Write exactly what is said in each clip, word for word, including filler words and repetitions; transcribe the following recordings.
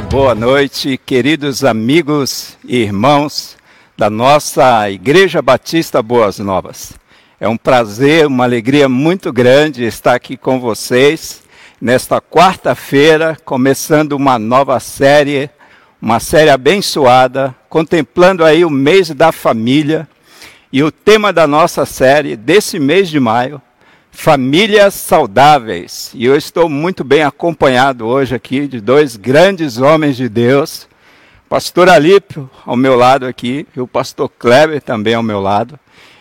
Boa noite, queridos amigos e irmãos da nossa Igreja Batista Boas Novas. É um prazer, uma alegria muito grande estar aqui com vocês nesta quarta-feira, começando uma nova série, uma série abençoada, contemplando aí o mês da família. E o tema da nossa série desse mês de maio, Famílias Saudáveis. E eu estou muito bem acompanhado hoje aqui de dois grandes homens de Deus, pastor Alípio ao meu lado aqui e o pastor Kleber também ao meu lado.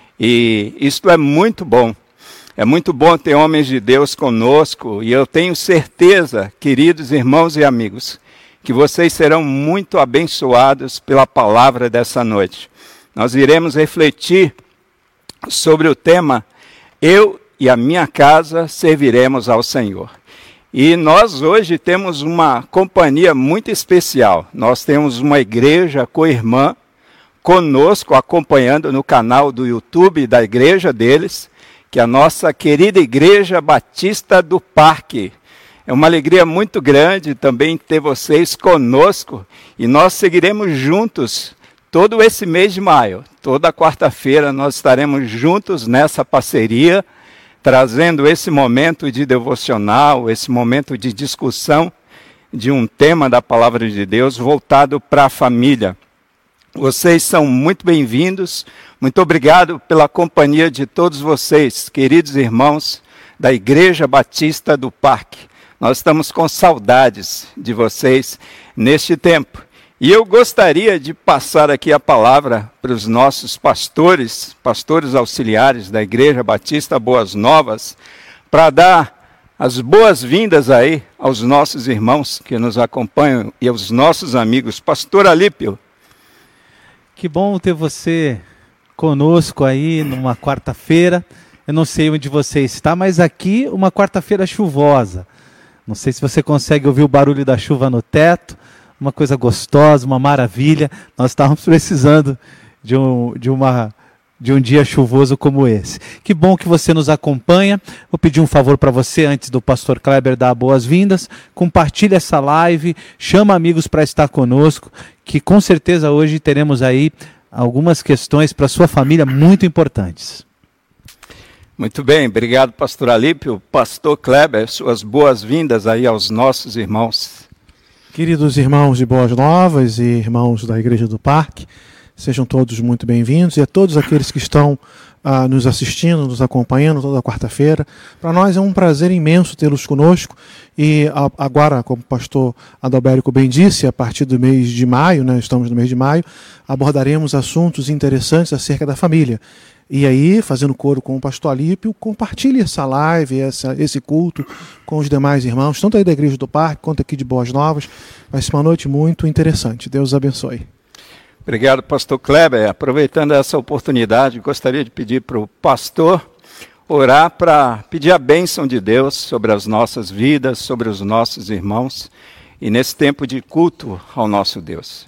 E isto é muito bom. É muito bom ter homens de Deus conosco e eu tenho certeza, queridos irmãos e amigos, que vocês serão muito abençoados pela palavra dessa noite. Nós iremos refletir sobre o tema Eu e a minha casa serviremos ao Senhor. E nós hoje temos uma companhia muito especial. Nós temos uma igreja co-irmã conosco, acompanhando no canal do YouTube da igreja deles, que é a nossa querida Igreja Batista do Parque. É uma alegria muito grande também ter vocês conosco e nós seguiremos juntos todo esse mês de maio. Toda quarta-feira nós estaremos juntos nessa parceria, trazendo esse momento de devocional, esse momento de discussão de um tema da Palavra de Deus voltado para a família. Vocês são muito bem-vindos, muito obrigado pela companhia de todos vocês, queridos irmãos da Igreja Batista do Parque. Nós estamos com saudades de vocês neste tempo. E eu gostaria de passar aqui a palavra para os nossos pastores, pastores auxiliares da Igreja Batista Boas Novas, para dar as boas-vindas aí aos nossos irmãos que nos acompanham e aos nossos amigos. Pastor Alípio. Que bom ter você conosco aí numa quarta-feira. Eu não sei onde você está, mas aqui uma quarta-feira chuvosa. Não sei se você consegue ouvir o barulho da chuva no teto. Uma coisa gostosa, uma maravilha. Nós estávamos precisando de um, de, uma, de um dia chuvoso como esse. Que bom que você nos acompanha. Vou pedir um favor para você, antes do pastor Kleber dar boas-vindas. Compartilhe essa live, chama amigos para estar conosco, que com certeza hoje teremos aí algumas questões para a sua família muito importantes. Muito bem, obrigado pastor Alípio. Pastor Kleber, suas boas-vindas aí aos nossos irmãos. Queridos irmãos de Boas Novas e irmãos da Igreja do Parque, sejam todos muito bem-vindos e a todos aqueles que estão ah, nos assistindo, nos acompanhando toda quarta-feira. Para nós é um prazer imenso tê-los conosco e a, agora, como o pastor Adalberico bem disse, a partir do mês de maio, né, estamos no mês de maio, abordaremos assuntos interessantes acerca da família. E aí, fazendo coro com o pastor Alípio, compartilhe essa live, essa, esse culto com os demais irmãos, tanto aí da Igreja do Parque, quanto aqui de Boas Novas. Vai ser uma noite muito interessante. Deus abençoe. Obrigado, pastor Kleber. Aproveitando essa oportunidade, gostaria de pedir para o pastor orar para pedir a bênção de Deus sobre as nossas vidas, sobre os nossos irmãos, e nesse tempo de culto ao nosso Deus.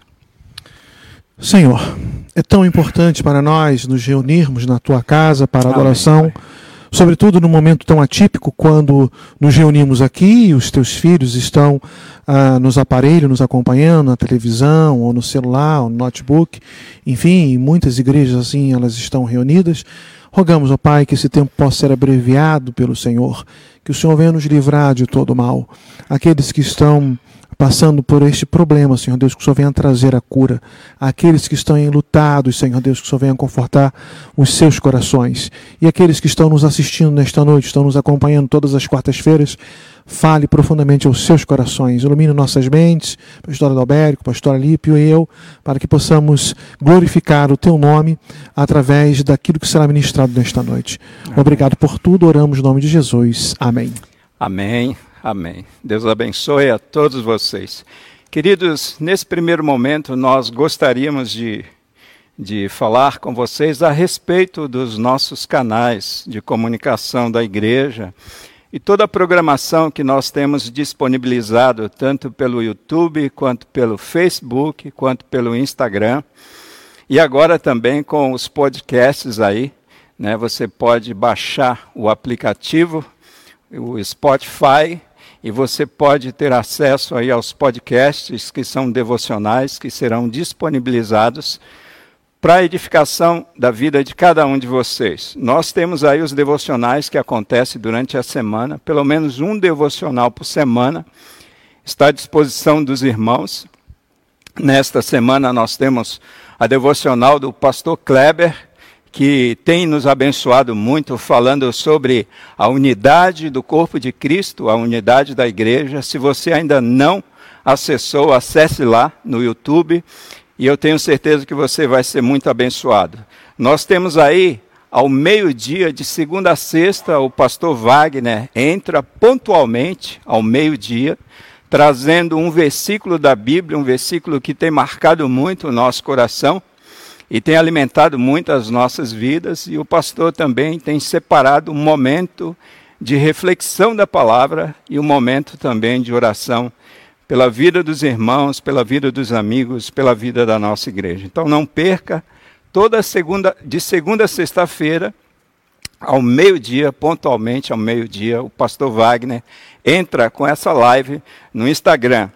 Senhor, é tão importante para nós nos reunirmos na Tua casa para adoração, Amém, sobretudo num momento tão atípico, quando nos reunimos aqui e os Teus filhos estão ah, nos aparelhos, nos acompanhando, na televisão, ou no celular, ou no notebook, enfim, em muitas igrejas assim elas estão reunidas. Rogamos, ó Pai, que esse tempo possa ser abreviado pelo Senhor, que o Senhor venha nos livrar de todo mal. Aqueles que estão passando por este problema, Senhor Deus, que o Senhor venha trazer a cura. Aqueles que estão enlutados, Senhor Deus, que o Senhor venha confortar os seus corações. E aqueles que estão nos assistindo nesta noite, estão nos acompanhando todas as quartas-feiras, fale profundamente aos seus corações. Ilumine nossas mentes, pastor Adalberico, pastor Alípio e eu, para que possamos glorificar o Teu nome através daquilo que será ministrado nesta noite. Amém. Obrigado por tudo, oramos no nome de Jesus. Amém. Amém. Amém. Deus abençoe a todos vocês. Queridos, nesse primeiro momento nós gostaríamos de, de falar com vocês a respeito dos nossos canais de comunicação da igreja e toda a programação que nós temos disponibilizado tanto pelo YouTube, quanto pelo Facebook, quanto pelo Instagram. E agora também com os podcasts aí, né? Você pode baixar o aplicativo, o Spotify, e você pode ter acesso aí aos podcasts que são devocionais, que serão disponibilizados para a edificação da vida de cada um de vocês. Nós temos aí os devocionais que acontecem durante a semana, pelo menos um devocional por semana, está à disposição dos irmãos. Nesta semana nós temos a devocional do pastor Kleber, que tem nos abençoado muito, falando sobre a unidade do corpo de Cristo, a unidade da igreja. Se você ainda não acessou, acesse lá no YouTube, e eu tenho certeza que você vai ser muito abençoado. Nós temos aí, ao meio-dia, de segunda a sexta, o pastor Wagner entra pontualmente ao meio-dia, trazendo um versículo da Bíblia, um versículo que tem marcado muito o nosso coração e tem alimentado muito as nossas vidas. E o pastor também tem separado um momento de reflexão da palavra e um momento também de oração pela vida dos irmãos, pela vida dos amigos, pela vida da nossa igreja. Então não perca, toda segunda, de segunda a sexta-feira, ao meio-dia, pontualmente ao meio-dia, o pastor Wagner entra com essa live no Instagram.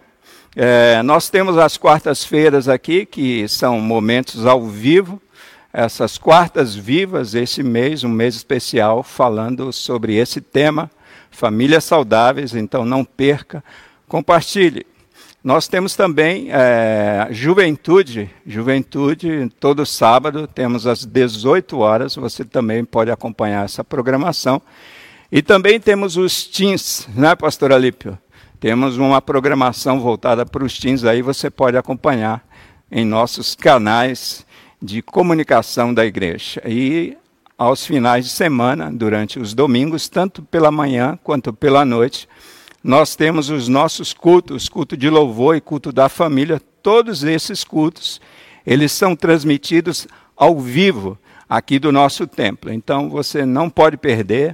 É, nós temos as quartas-feiras aqui, que são momentos ao vivo, essas quartas vivas, esse mês, um mês especial, falando sobre esse tema, famílias saudáveis, então não perca, compartilhe. Nós temos também é, juventude, juventude, todo sábado, temos às dezoito horas, você também pode acompanhar essa programação. E também temos os teens, né, pastor Alípio? Temos uma programação voltada para os teens, aí você pode acompanhar em nossos canais de comunicação da igreja. E aos finais de semana, durante os domingos, tanto pela manhã quanto pela noite, nós temos os nossos cultos, culto de louvor e culto da família. Todos esses cultos, eles são transmitidos ao vivo aqui do nosso templo. Então você não pode perder.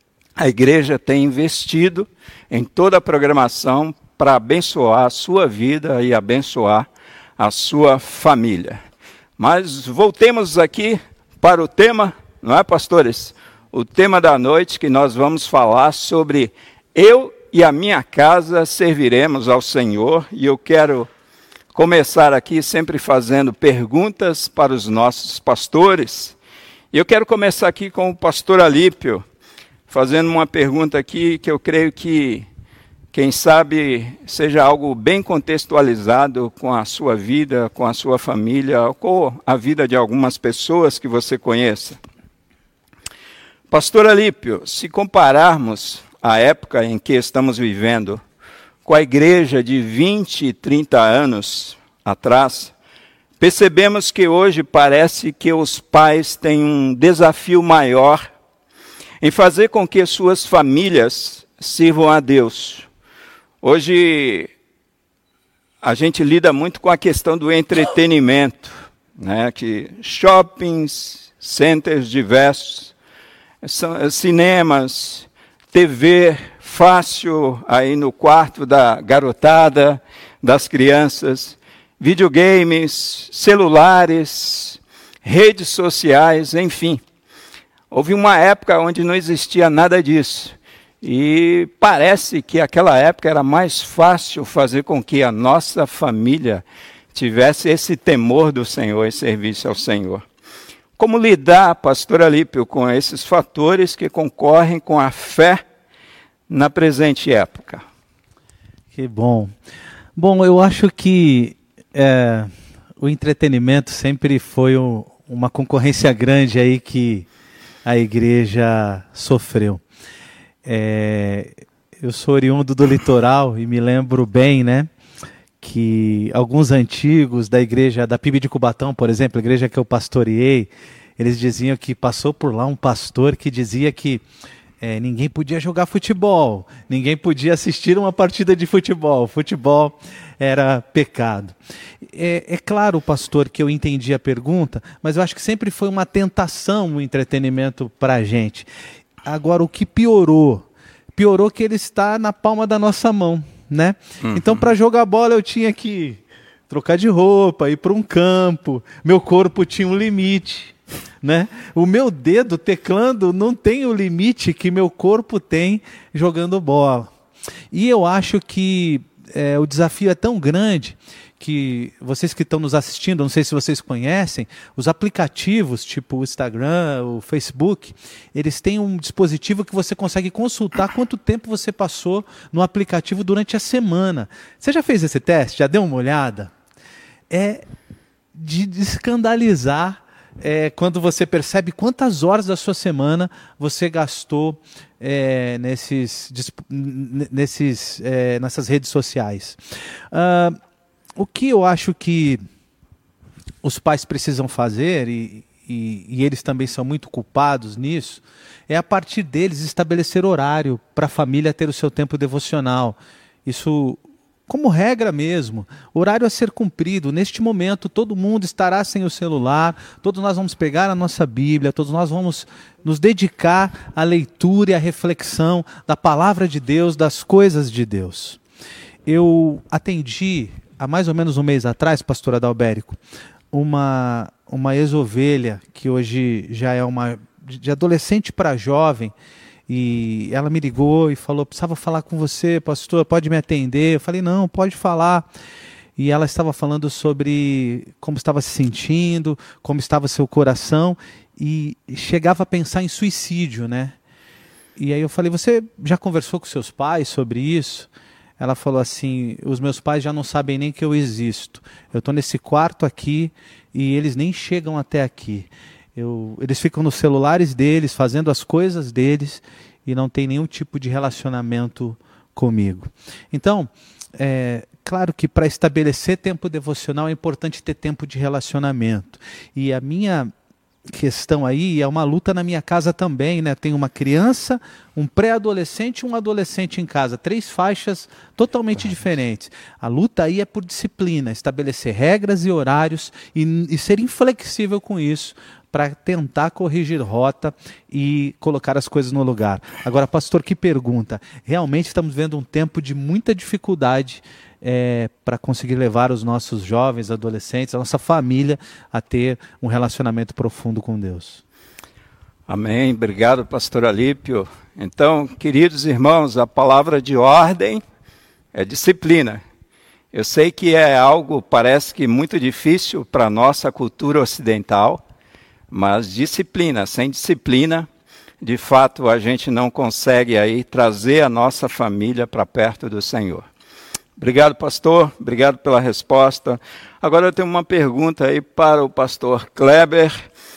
A igreja tem investido em toda a programação para abençoar a sua vida e abençoar a sua família. Mas voltemos aqui para o tema, não é, pastores? O tema da noite, que nós vamos falar sobre eu e a minha casa serviremos ao Senhor. E eu quero começar aqui sempre fazendo perguntas para os nossos pastores. E eu quero começar aqui com o pastor Alípio, fazendo uma pergunta aqui que eu creio que, quem sabe, seja algo bem contextualizado com a sua vida, com a sua família, com a vida de algumas pessoas que você conheça. Pastor Alípio, se compararmos a época em que estamos vivendo com a igreja de vinte, trinta anos atrás, percebemos que hoje parece que os pais têm um desafio maior em fazer com que suas famílias sirvam a Deus. Hoje a gente lida muito com a questão do entretenimento, né? Que shoppings, centers diversos, cinemas, T V fácil aí no quarto da garotada, das crianças, videogames, celulares, redes sociais, enfim. Houve uma época onde não existia nada disso. E parece que aquela época era mais fácil fazer com que a nossa família tivesse esse temor do Senhor e serviço ao Senhor. Como lidar, pastor Alípio, com esses fatores que concorrem com a fé na presente época? Que bom. Bom, eu acho que é, o entretenimento sempre foi um, uma concorrência grande aí que a igreja sofreu. É, eu sou oriundo do litoral e me lembro bem, né, que alguns antigos da igreja, da P I B de Cubatão, por exemplo, a igreja que eu pastoreei, eles diziam que passou por lá um pastor que dizia que é, ninguém podia jogar futebol, ninguém podia assistir uma partida de futebol, futebol era pecado. É, é claro, pastor, que eu entendi a pergunta, mas eu acho que sempre foi uma tentação o entretenimento para a gente. Agora, o que piorou? Piorou que ele está na palma da nossa mão, né? Uhum. Então, para jogar bola, eu tinha que trocar de roupa, ir para um campo, meu corpo tinha um limite, né? O meu dedo teclando não tem o limite que meu corpo tem jogando bola. E eu acho que é, o desafio é tão grande que vocês que estão nos assistindo, não sei se vocês conhecem, os aplicativos tipo o Instagram, o Facebook, eles têm um dispositivo que você consegue consultar quanto tempo você passou no aplicativo durante a semana. Você já fez esse teste? Já deu uma olhada? É de escandalizar é, quando você percebe quantas horas da sua semana você gastou é, nesses, nesses, é, nessas redes sociais. Uh, o que eu acho que os pais precisam fazer, e, e, e eles também são muito culpados nisso, é a partir deles estabelecer horário para a família ter o seu tempo devocional. Isso como regra mesmo, horário a ser cumprido. Neste momento, todo mundo estará sem o celular, todos nós vamos pegar a nossa Bíblia, todos nós vamos nos dedicar à leitura e à reflexão da palavra de Deus, das coisas de Deus. Eu atendi, há mais ou menos um mês atrás, pastor Adalberico, uma, uma ex-ovelha, que hoje já é uma de adolescente para jovem, e ela me ligou e falou, precisava falar com você, pastor, pode me atender? Eu falei, não, pode falar. E ela estava falando sobre como estava se sentindo, como estava seu coração, e chegava a pensar em suicídio, né? E aí eu falei, você já conversou com seus pais sobre isso? Ela falou assim, os meus pais já não sabem nem que eu existo. Eu estou nesse quarto aqui e eles nem chegam até aqui. Eu, eles ficam nos celulares deles, fazendo as coisas deles, e não tem nenhum tipo de relacionamento comigo. Então, é claro que para estabelecer tempo devocional é importante ter tempo de relacionamento. E a minha questão aí é uma luta na minha casa também, né? Tem uma criança, um pré-adolescente e um adolescente em casa, três faixas totalmente diferentes. A luta aí é por disciplina, estabelecer regras e horários e, e ser inflexível com isso, para tentar corrigir rota e colocar as coisas no lugar. Agora, pastor, que pergunta. Realmente estamos vendo um tempo de muita dificuldade é, para conseguir levar os nossos jovens, adolescentes, a nossa família a ter um relacionamento profundo com Deus. Amém. Obrigado, pastor Alípio. Então, queridos irmãos, a palavra de ordem é disciplina. Eu sei que é algo, parece que muito difícil para a nossa cultura ocidental, mas disciplina, sem disciplina, de fato a gente não consegue aí trazer a nossa família para perto do Senhor. Obrigado, pastor, obrigado pela resposta. Agora eu tenho uma pergunta aí para o pastor Kleber,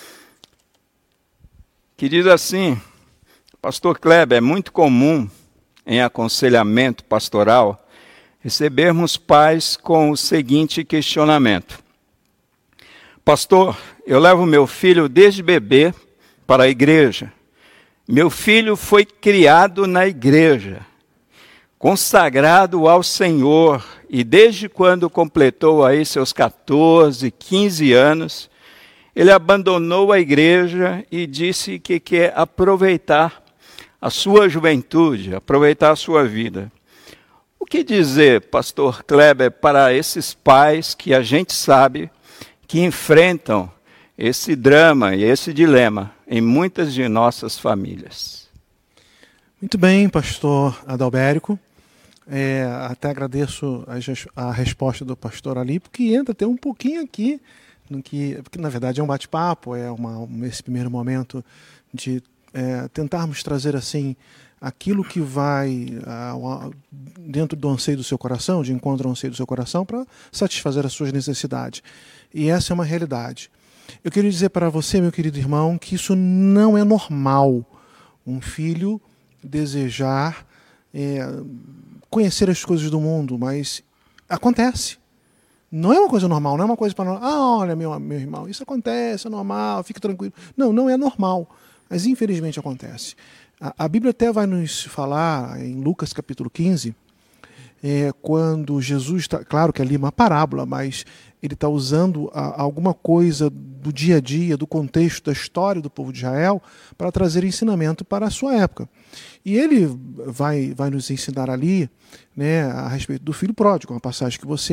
que diz assim, pastor Kleber, é muito comum em aconselhamento pastoral recebermos pais com o seguinte questionamento. Pastor, eu levo meu filho desde bebê para a igreja. Meu filho foi criado na igreja, consagrado ao Senhor, e desde quando completou aí seus catorze, quinze anos, ele abandonou a igreja e disse que quer aproveitar a sua juventude, aproveitar a sua vida. O que dizer, pastor Kleber, para esses pais que a gente sabe que enfrentam esse drama e esse dilema em muitas de nossas famílias? Muito bem, pastor Adalberico. É, até agradeço a, a resposta do pastor ali, porque entra até um pouquinho aqui, no que, porque na verdade é um bate-papo, é uma, esse primeiro momento de é, tentarmos trazer assim aquilo que vai uh, dentro do anseio do seu coração, de encontro ao anseio do seu coração, para satisfazer as suas necessidades. E essa é uma realidade. Eu queria dizer para você, meu querido irmão, que isso não é normal. Um filho desejar é, conhecer as coisas do mundo, mas acontece. Não é uma coisa normal, não é uma coisa para... Ah, olha, meu, meu irmão, isso acontece, é normal, fique tranquilo. Não, não é normal, mas infelizmente acontece. A, a Bíblia até vai nos falar, em Lucas capítulo quinze, é, quando Jesus está... Claro que ali é uma parábola, mas ele está usando a, alguma coisa do dia a dia, do contexto da história do povo de Israel, para trazer ensinamento para a sua época. E ele vai, vai nos ensinar ali, né, a respeito do filho pródigo, uma passagem que você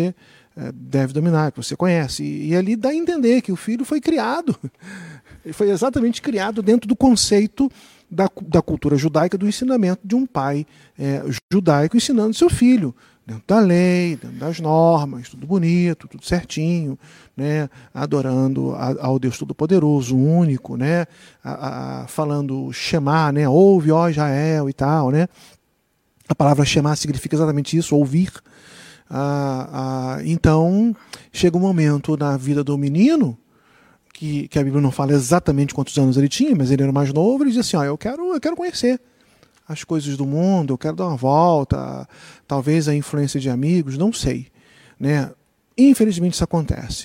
é, deve dominar, que você conhece. E, e ali dá a entender que o filho foi criado, ele foi exatamente criado dentro do conceito da, da cultura judaica, do ensinamento de um pai é, judaico ensinando seu filho, dentro da lei, dentro das normas, tudo bonito, tudo certinho, né? Adorando a, ao Deus Todo-Poderoso, único, né? A, a, falando Shema, né? Ouve, ó Israel e tal, né? A palavra Shema significa exatamente isso, ouvir. Ah, ah, então, chega um momento na vida do menino, que, que a Bíblia não fala exatamente quantos anos ele tinha, mas ele era mais novo, ele diz assim, ó, eu quero, eu quero conhecer as coisas do mundo, eu quero dar uma volta, talvez a influência de amigos, não sei, né? Infelizmente isso acontece.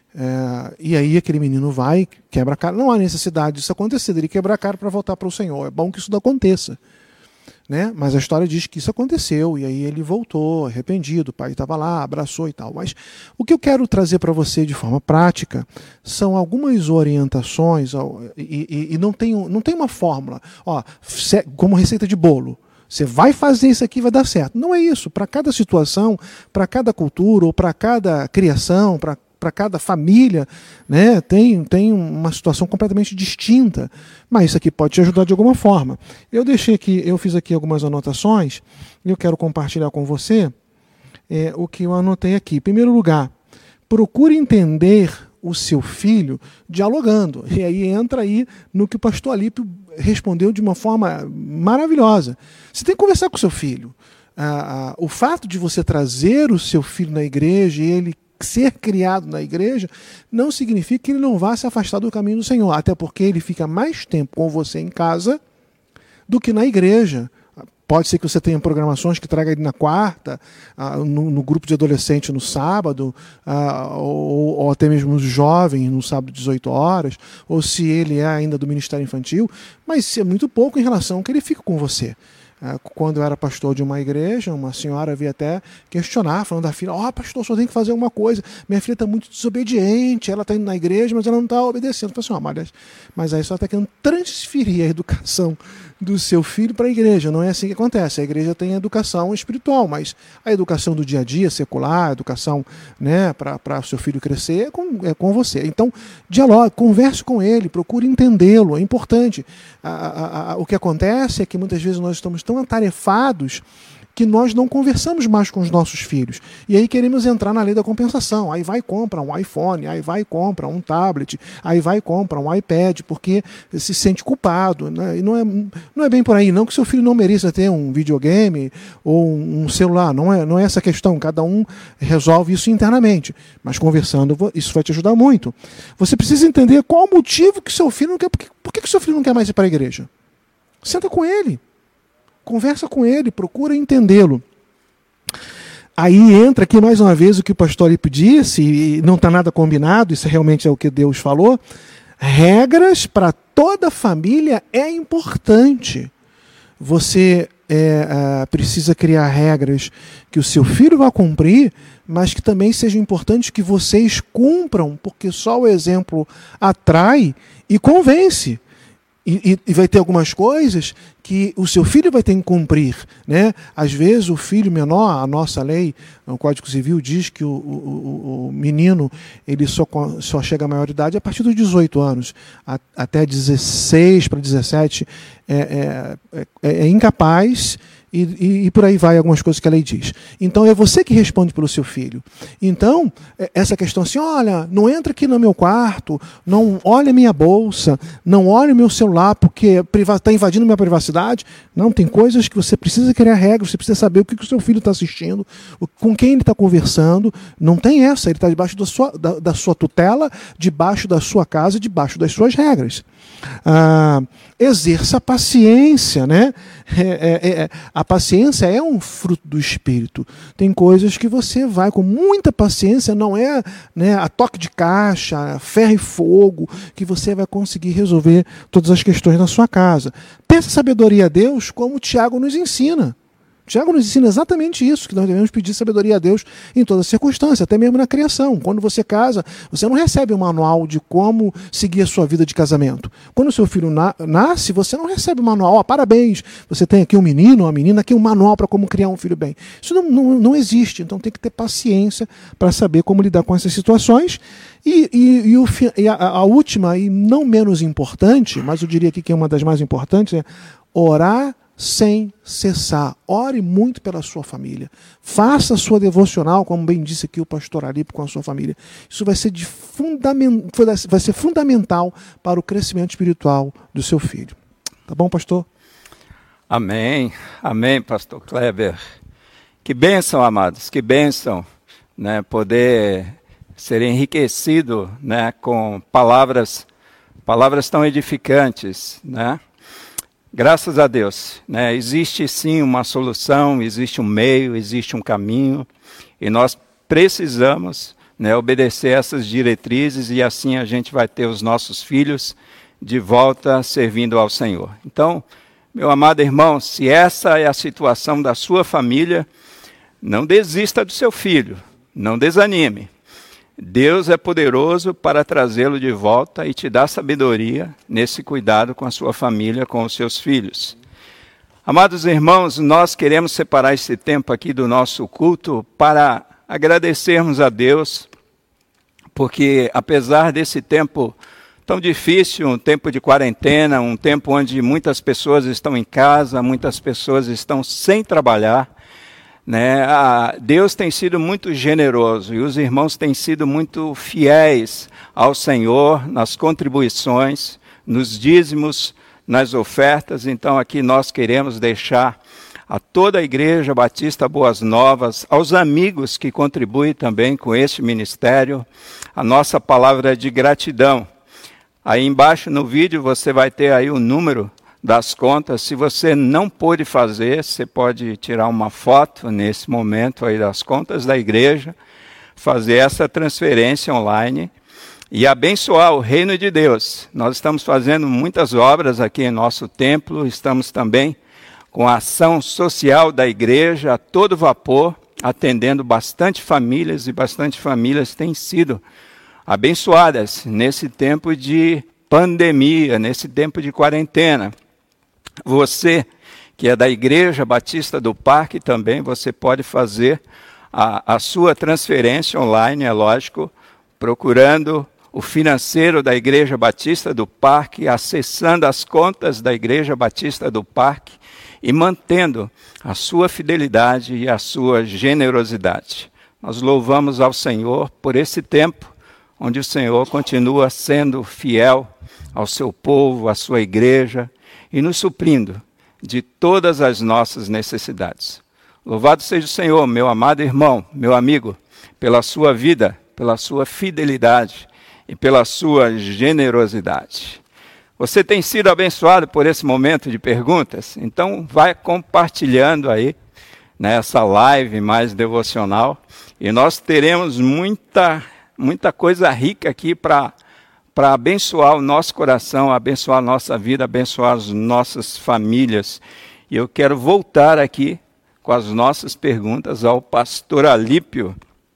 É, e aí aquele menino vai, quebra a cara, não há necessidade disso acontecer, ele quebra a cara para voltar para o Senhor, é bom que isso não aconteça, né? Mas a história diz que isso aconteceu, e aí ele voltou, arrependido, o pai estava lá, abraçou e tal. Mas o que eu quero trazer para você de forma prática são algumas orientações, e, e, e não, tem, não tem uma fórmula, ó, como receita de bolo. Você vai fazer isso aqui, vai dar certo. Não é isso. Para cada situação, para cada cultura, ou para cada criação, para para cada família, né, tem, tem uma situação completamente distinta, mas isso aqui pode te ajudar de alguma forma. Eu deixei aqui, eu fiz aqui algumas anotações e eu quero compartilhar com você é, o que eu anotei aqui. Em primeiro lugar, procure entender o seu filho dialogando. E aí entra aí no que o pastor Alípio respondeu de uma forma maravilhosa. Você tem que conversar com o seu filho. Ah, ah, o fato de você trazer o seu filho na igreja e ele ser criado na igreja não significa que ele não vá se afastar do caminho do Senhor, até porque ele fica mais tempo com você em casa do que na igreja. Pode ser que você tenha programações que traga ele na quarta, no, no grupo de adolescente no sábado, ou, ou até mesmo os jovens no sábado, dezoito horas, ou se ele é ainda do Ministério Infantil, mas é muito pouco em relação ao que ele fica com você. Quando eu era pastor de uma igreja, uma senhora veio até questionar, falando da filha, ó, oh, pastor, só tem que fazer alguma coisa, minha filha está muito desobediente, ela está indo na igreja, mas ela não está obedecendo. Eu falei assim, oh, mas, mas aí só está querendo transferir a educação do seu filho para a igreja. Não é assim que acontece. A igreja tem a educação espiritual, mas a educação do dia a dia, secular, a educação, né, para o seu filho crescer, é com, é com você. Então, dialogue, converse com ele, procure entendê-lo, é importante. A, a, a, o que acontece é que muitas vezes nós estamos tão atarefados que nós não conversamos mais com os nossos filhos. E aí queremos entrar na lei da compensação. Aí vai e compra um iPhone, aí vai e compra um tablet, aí vai e compra um iPad, porque se sente culpado. Né? E não é, não é bem por aí, não que seu filho não mereça ter um videogame ou um celular. Não é, não é essa a questão. Cada um resolve isso internamente. Mas conversando, isso vai te ajudar muito. Você precisa entender qual o motivo que seu filho não quer. Por que, por que seu filho não quer mais ir para a igreja? Senta com ele. Conversa com ele, procura entendê-lo. Aí entra aqui mais uma vez o que o pastor Alípio disse, e não está nada combinado, isso realmente é o que Deus falou. Regras para toda família é importante. Você é, uh, precisa criar regras que o seu filho vai cumprir, mas que também sejam importantes que vocês cumpram, porque só o exemplo atrai e convence. E, e vai ter algumas coisas que o seu filho vai ter que cumprir, né? Às vezes o filho menor, a nossa lei, o Código Civil diz que o, o, o menino ele só, só chega à maioridade a partir dos dezoito anos, a, até dezesseis para dezessete é, é, é, é incapaz. E, e, e por aí vai algumas coisas que a lei diz. Então é você que responde pelo seu filho. Então, essa questão assim, olha, não entra aqui no meu quarto, não olha minha bolsa, não olha meu celular porque está invadindo minha privacidade. Não, tem coisas que você precisa criar regras, você precisa saber o que, que o seu filho está assistindo, com quem ele está conversando. Não tem essa, ele está debaixo da sua, da, da sua tutela, debaixo da sua casa, debaixo das suas regras. Ah, exerça a paciência, né? É, é, é, a paciência é um fruto do Espírito. Tem coisas que você vai com muita paciência, não é, né, a toque de caixa, ferro e fogo, que você vai conseguir resolver todas as questões na sua casa. Peça sabedoria a Deus como o Tiago nos ensina. Tiago nos ensina exatamente isso, que nós devemos pedir sabedoria a Deus em toda circunstância, até mesmo na criação. Quando você casa, você não recebe um manual de como seguir a sua vida de casamento. Quando o seu filho na nasce, você não recebe um manual. Oh, parabéns, você tem aqui um menino, uma menina, aqui um manual para como criar um filho bem. Isso não, não, não existe, então tem que ter paciência para saber como lidar com essas situações. E, e, e, o, e a, a última, e não menos importante, mas eu diria aqui que é uma das mais importantes, é orar sem cessar. Ore muito pela sua família. Faça a sua devocional, como bem disse aqui o pastor Alípio, com a sua família. Isso vai ser, de fundament... vai ser fundamental para o crescimento espiritual do seu filho. Tá bom, pastor? Amém. Amém, pastor Kleber. Que bênção, amados. Que bênção, né, poder ser enriquecido, né, com palavras, palavras tão edificantes, né? Graças a Deus, né? Existe sim uma solução, existe um meio, existe um caminho, e nós precisamos, né, obedecer essas diretrizes, e assim a gente vai ter os nossos filhos de volta servindo ao Senhor. Então, meu amado irmão, se essa é a situação da sua família, não desista do seu filho, não desanime. Deus é poderoso para trazê-lo de volta e te dar sabedoria nesse cuidado com a sua família, com os seus filhos. Amados irmãos, nós queremos separar esse tempo aqui do nosso culto para agradecermos a Deus, porque apesar desse tempo tão difícil, um tempo de quarentena, um tempo onde muitas pessoas estão em casa, muitas pessoas estão sem trabalhar, né? Ah, Deus tem sido muito generoso e os irmãos têm sido muito fiéis ao Senhor nas contribuições, nos dízimos, nas ofertas. Então aqui nós queremos deixar a toda a Igreja Batista Boas Novas, aos amigos que contribuem também com este ministério, a nossa palavra de gratidão. Aí embaixo no vídeo você vai ter aí o número das contas. Se você não pôde fazer, você pode tirar uma foto nesse momento aí das contas da igreja, fazer essa transferência online e abençoar o reino de Deus. Nós estamos fazendo muitas obras aqui em nosso templo, estamos também com a ação social da igreja a todo vapor, atendendo bastante famílias, e bastante famílias têm sido abençoadas nesse tempo de pandemia, nesse tempo de quarentena. Você que é da Igreja Batista do Parque também, você pode fazer a, a sua transferência online, é lógico, procurando o financeiro da Igreja Batista do Parque, acessando as contas da Igreja Batista do Parque e mantendo a sua fidelidade e a sua generosidade. Nós louvamos ao Senhor por esse tempo, onde o Senhor continua sendo fiel ao seu povo, à sua igreja, e nos suprindo de todas as nossas necessidades. Louvado seja o Senhor, meu amado irmão, meu amigo, pela sua vida, pela sua fidelidade e pela sua generosidade. Você tem sido abençoado por esse momento de perguntas? Então vai compartilhando aí nessa live mais devocional, e nós teremos muita, muita coisa rica aqui para para abençoar o nosso coração, abençoar a nossa vida, abençoar as nossas famílias. E eu quero voltar aqui com as nossas perguntas ao pastor Alípio.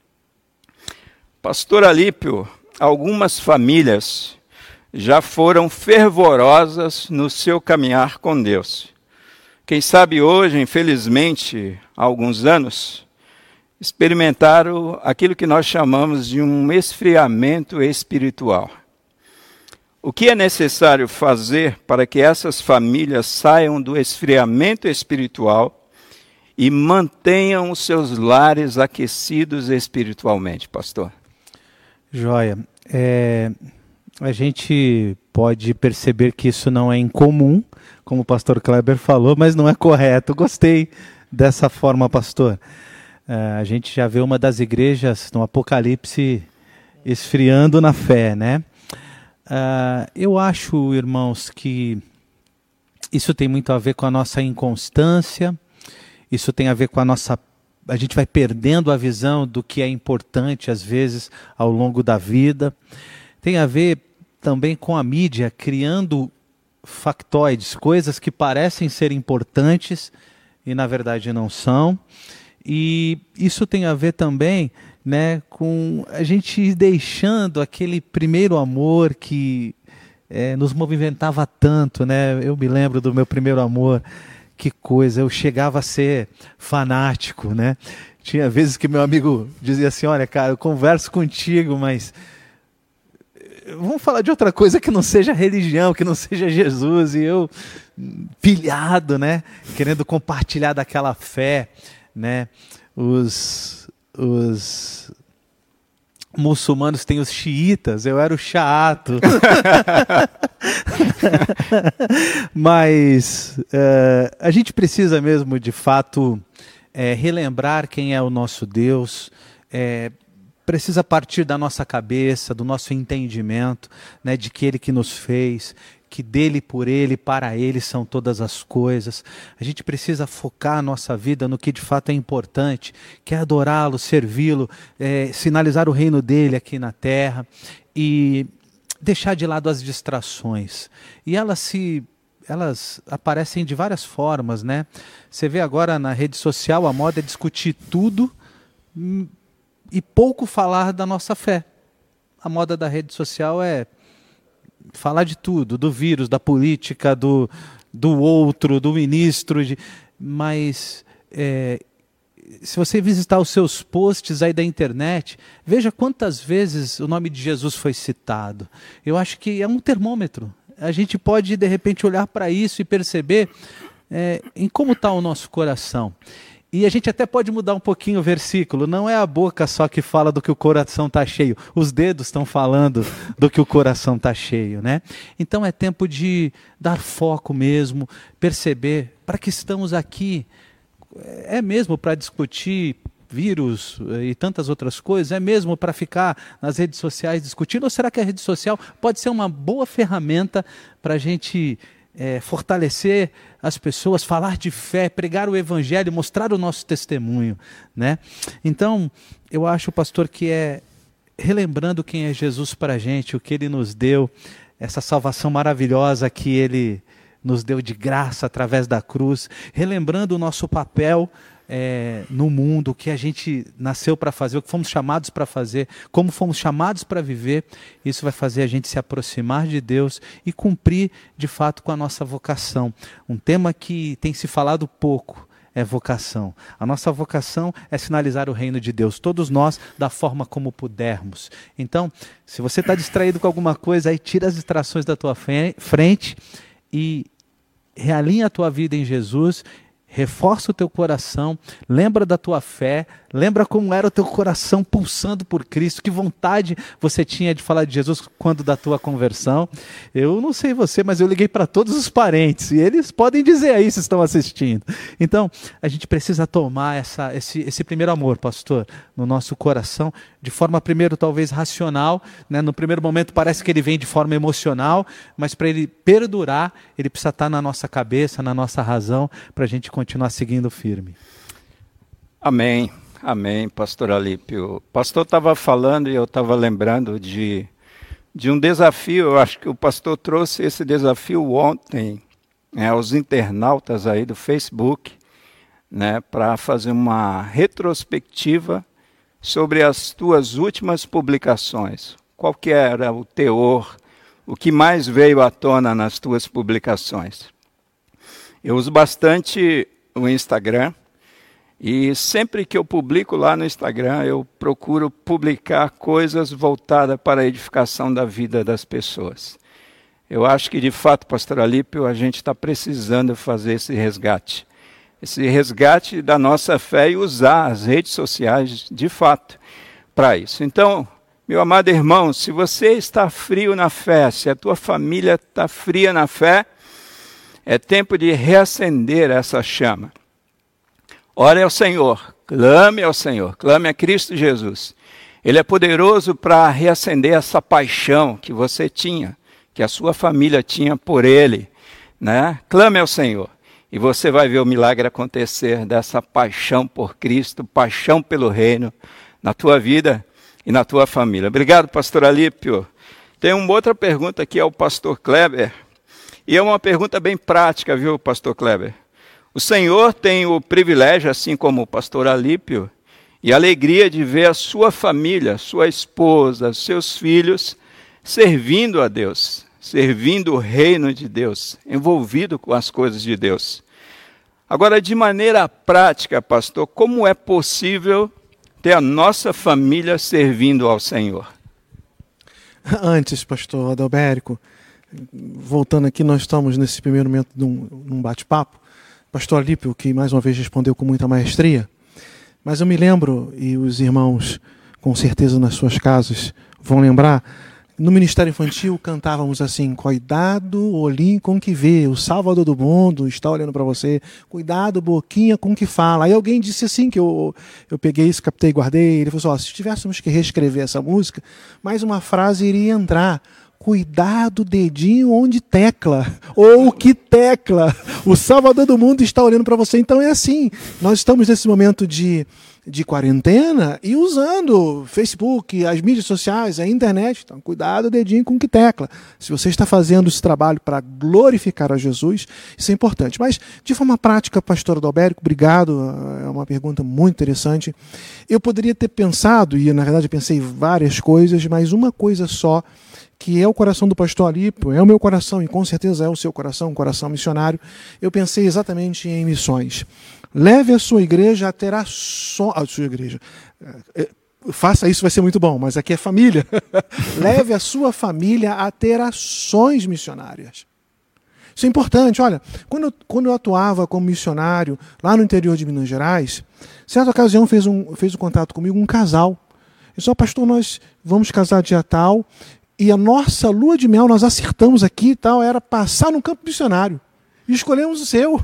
Pastor Alípio, algumas famílias já foram fervorosas no seu caminhar com Deus. Quem sabe hoje, infelizmente, há alguns anos, experimentaram aquilo que nós chamamos de um esfriamento espiritual. O que é necessário fazer para que essas famílias saiam do esfriamento espiritual e mantenham os seus lares aquecidos espiritualmente, pastor? Joia. É, a gente pode perceber que isso não é incomum, como o pastor Kleber falou, mas não é correto. Gostei dessa forma, pastor. É, a gente já vê uma das igrejas no Apocalipse esfriando na fé, né? Uh, eu acho, irmãos, que isso tem muito a ver com a nossa inconstância, isso tem a ver com a nossa... A gente vai perdendo a visão do que é importante, às vezes, ao longo da vida. Tem a ver também com a mídia criando factoides, coisas que parecem ser importantes e na verdade não são. E isso tem a ver também, né, com a gente ir deixando aquele primeiro amor que é, nos movimentava tanto, né? Eu me lembro do meu primeiro amor, que coisa, eu chegava a ser fanático, né? Tinha vezes que meu amigo dizia assim, olha cara, eu converso contigo, mas vamos falar de outra coisa que não seja religião, que não seja Jesus, e eu pilhado, né? Querendo compartilhar daquela fé, né? Os, os muçulmanos têm os xiitas, eu era o chato. Mas uh, a gente precisa mesmo, de fato, é, relembrar quem é o nosso Deus, é, precisa partir da nossa cabeça, do nosso entendimento, né, de que Ele que nos fez, que dele, por ele, para ele são todas as coisas. A gente precisa focar a nossa vida no que de fato é importante, que é adorá-lo, servi-lo, é, sinalizar o reino dele aqui na terra e deixar de lado as distrações. E elas se... elas aparecem de várias formas, né? Você vê agora na rede social, a moda é discutir tudo hum, e pouco falar da nossa fé. A moda da rede social é falar de tudo, do vírus, da política, do, do outro, do ministro, de, mas é, se você visitar os seus posts aí da internet, veja quantas vezes o nome de Jesus foi citado. Eu acho que é um termômetro. A gente pode, de repente, olhar para isso e perceber é, em como está o nosso coração. E a gente até pode mudar um pouquinho o versículo. Não é a boca só que fala do que o coração está cheio. Os dedos estão falando do que o coração está cheio, né? Então é tempo de dar foco mesmo, perceber para que estamos aqui. É mesmo para discutir vírus e tantas outras coisas? É mesmo para ficar nas redes sociais discutindo? Ou será que a rede social pode ser uma boa ferramenta para a gente é, fortalecer as pessoas, falar de fé, pregar o evangelho, mostrar o nosso testemunho, né? Então, eu acho, pastor, que é relembrando quem é Jesus para a gente, o que Ele nos deu, essa salvação maravilhosa que Ele nos deu de graça através da cruz, relembrando o nosso papel É, no mundo, o que a gente nasceu para fazer, o que fomos chamados para fazer, como fomos chamados para viver. Isso vai fazer a gente se aproximar de Deus e cumprir de fato com a nossa vocação. Um tema que tem se falado pouco é vocação. A nossa vocação é sinalizar o reino de Deus, todos nós da forma como pudermos. Então, se você está distraído com alguma coisa, aí tira as distrações da tua frente e realinha a tua vida em Jesus. Reforça o teu coração, lembra da tua fé, lembra como era o teu coração pulsando por Cristo, que vontade você tinha de falar de Jesus quando da tua conversão. Eu não sei você, mas eu liguei para todos os parentes e eles podem dizer aí se estão assistindo. Então, a gente precisa tomar essa, esse, esse primeiro amor, pastor, no nosso coração, de forma primeiro talvez racional, né? No primeiro momento parece que ele vem de forma emocional, mas para ele perdurar, ele precisa estar na nossa cabeça, na nossa razão, para a gente continuar seguindo firme. Amém, amém, pastor Alípio. O pastor estava falando e eu estava lembrando de, de um desafio. Eu acho que o pastor trouxe esse desafio ontem, né, aos internautas aí do Facebook, né, para fazer uma retrospectiva sobre as tuas últimas publicações. Qual que era o teor, o que mais veio à tona nas tuas publicações? Eu uso bastante o Instagram e sempre que eu publico lá no Instagram, eu procuro publicar coisas voltadas para a edificação da vida das pessoas. Eu acho que, de fato, pastor Alípio, a gente está precisando fazer esse resgate. Esse resgate da nossa fé e usar as redes sociais, de fato, para isso. Então, meu amado irmão, se você está frio na fé, se a tua família está fria na fé, é tempo de reacender essa chama. Ore ao Senhor, clame ao Senhor, clame a Cristo Jesus. Ele é poderoso para reacender essa paixão que você tinha, que a sua família tinha por Ele, né? Clame ao Senhor e você vai ver o milagre acontecer dessa paixão por Cristo, paixão pelo reino, na tua vida e na tua família. Obrigado, pastor Alípio. Tem uma outra pergunta aqui ao pastor Kleber. E é uma pergunta bem prática, viu, pastor Kleber? O Senhor tem o privilégio, assim como o pastor Alípio, e a alegria de ver a sua família, sua esposa, seus filhos, servindo a Deus, servindo o reino de Deus, envolvido com as coisas de Deus. Agora, de maneira prática, pastor, como é possível ter a nossa família servindo ao Senhor? Antes, pastor Adalberico, voltando aqui, nós estamos nesse primeiro momento de um, um bate-papo. Pastor Alípio, que mais uma vez respondeu com muita maestria, mas eu me lembro, e os irmãos com certeza nas suas casas vão lembrar, no Ministério Infantil cantávamos assim: cuidado, olhinho com que vê, o Salvador do mundo está olhando para você, cuidado, boquinha com que fala. Aí alguém disse assim, que eu, eu peguei isso, captei e guardei, ele falou assim: ó, se tivéssemos que reescrever essa música, mais uma frase iria entrar: cuidado, dedinho onde tecla, ou que tecla, o Salvador do mundo está olhando para você. Então é assim, nós estamos nesse momento de, de quarentena e usando Facebook, as mídias sociais, a internet. Então cuidado, dedinho com que tecla. Se você está fazendo esse trabalho para glorificar a Jesus, isso é importante. Mas de forma prática, pastor Adalberico, obrigado, é uma pergunta muito interessante. Eu poderia ter pensado, e na verdade eu pensei várias coisas, mas uma coisa só, que é o coração do pastor Alípio, é o meu coração e com certeza é o seu coração, um coração missionário. Eu pensei exatamente em missões. Leve a sua igreja a ter ações... A sua igreja... Faça isso, vai ser muito bom, mas aqui é família. Leve a sua família a ter ações missionárias. Isso é importante. Olha, quando eu, quando eu atuava como missionário lá no interior de Minas Gerais, certa ocasião fez um, fez um contato comigo um casal. Eu disse: ó, pastor, nós vamos casar dia tal... E a nossa lua de mel, nós acertamos aqui e tal, era passar no campo missionário. E escolhemos o seu.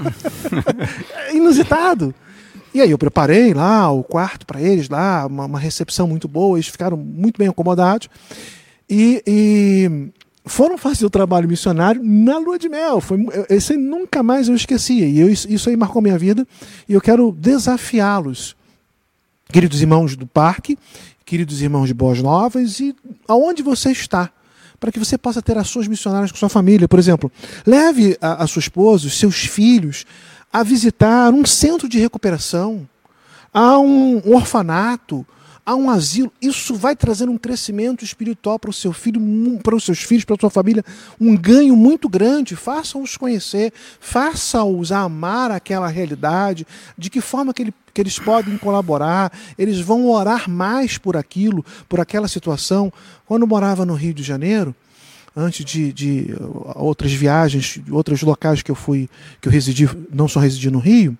Inusitado. E aí eu preparei lá o quarto para eles, lá, uma, uma recepção muito boa, eles ficaram muito bem acomodados. E, e foram fazer o trabalho missionário na lua de mel. Foi, esse nunca mais eu esquecia. E eu, isso aí marcou minha vida. E eu quero desafiá-los, queridos irmãos do parque, queridos irmãos de Boas Novas, e aonde você está, para que você possa ter ações missionárias com sua família. Por exemplo, leve a, a sua esposa, os seus filhos, a visitar um centro de recuperação, a um, um orfanato, a um asilo. Isso vai trazer um crescimento espiritual para o seu filho, para os seus filhos, para a sua família, um ganho muito grande. Faça-os conhecer, faça-os amar aquela realidade, de que forma que, ele, que eles podem colaborar, eles vão orar mais por aquilo, por aquela situação. Quando eu morava no Rio de Janeiro, antes de, de outras viagens, outros locais que eu fui, que eu residi, não só residi no Rio,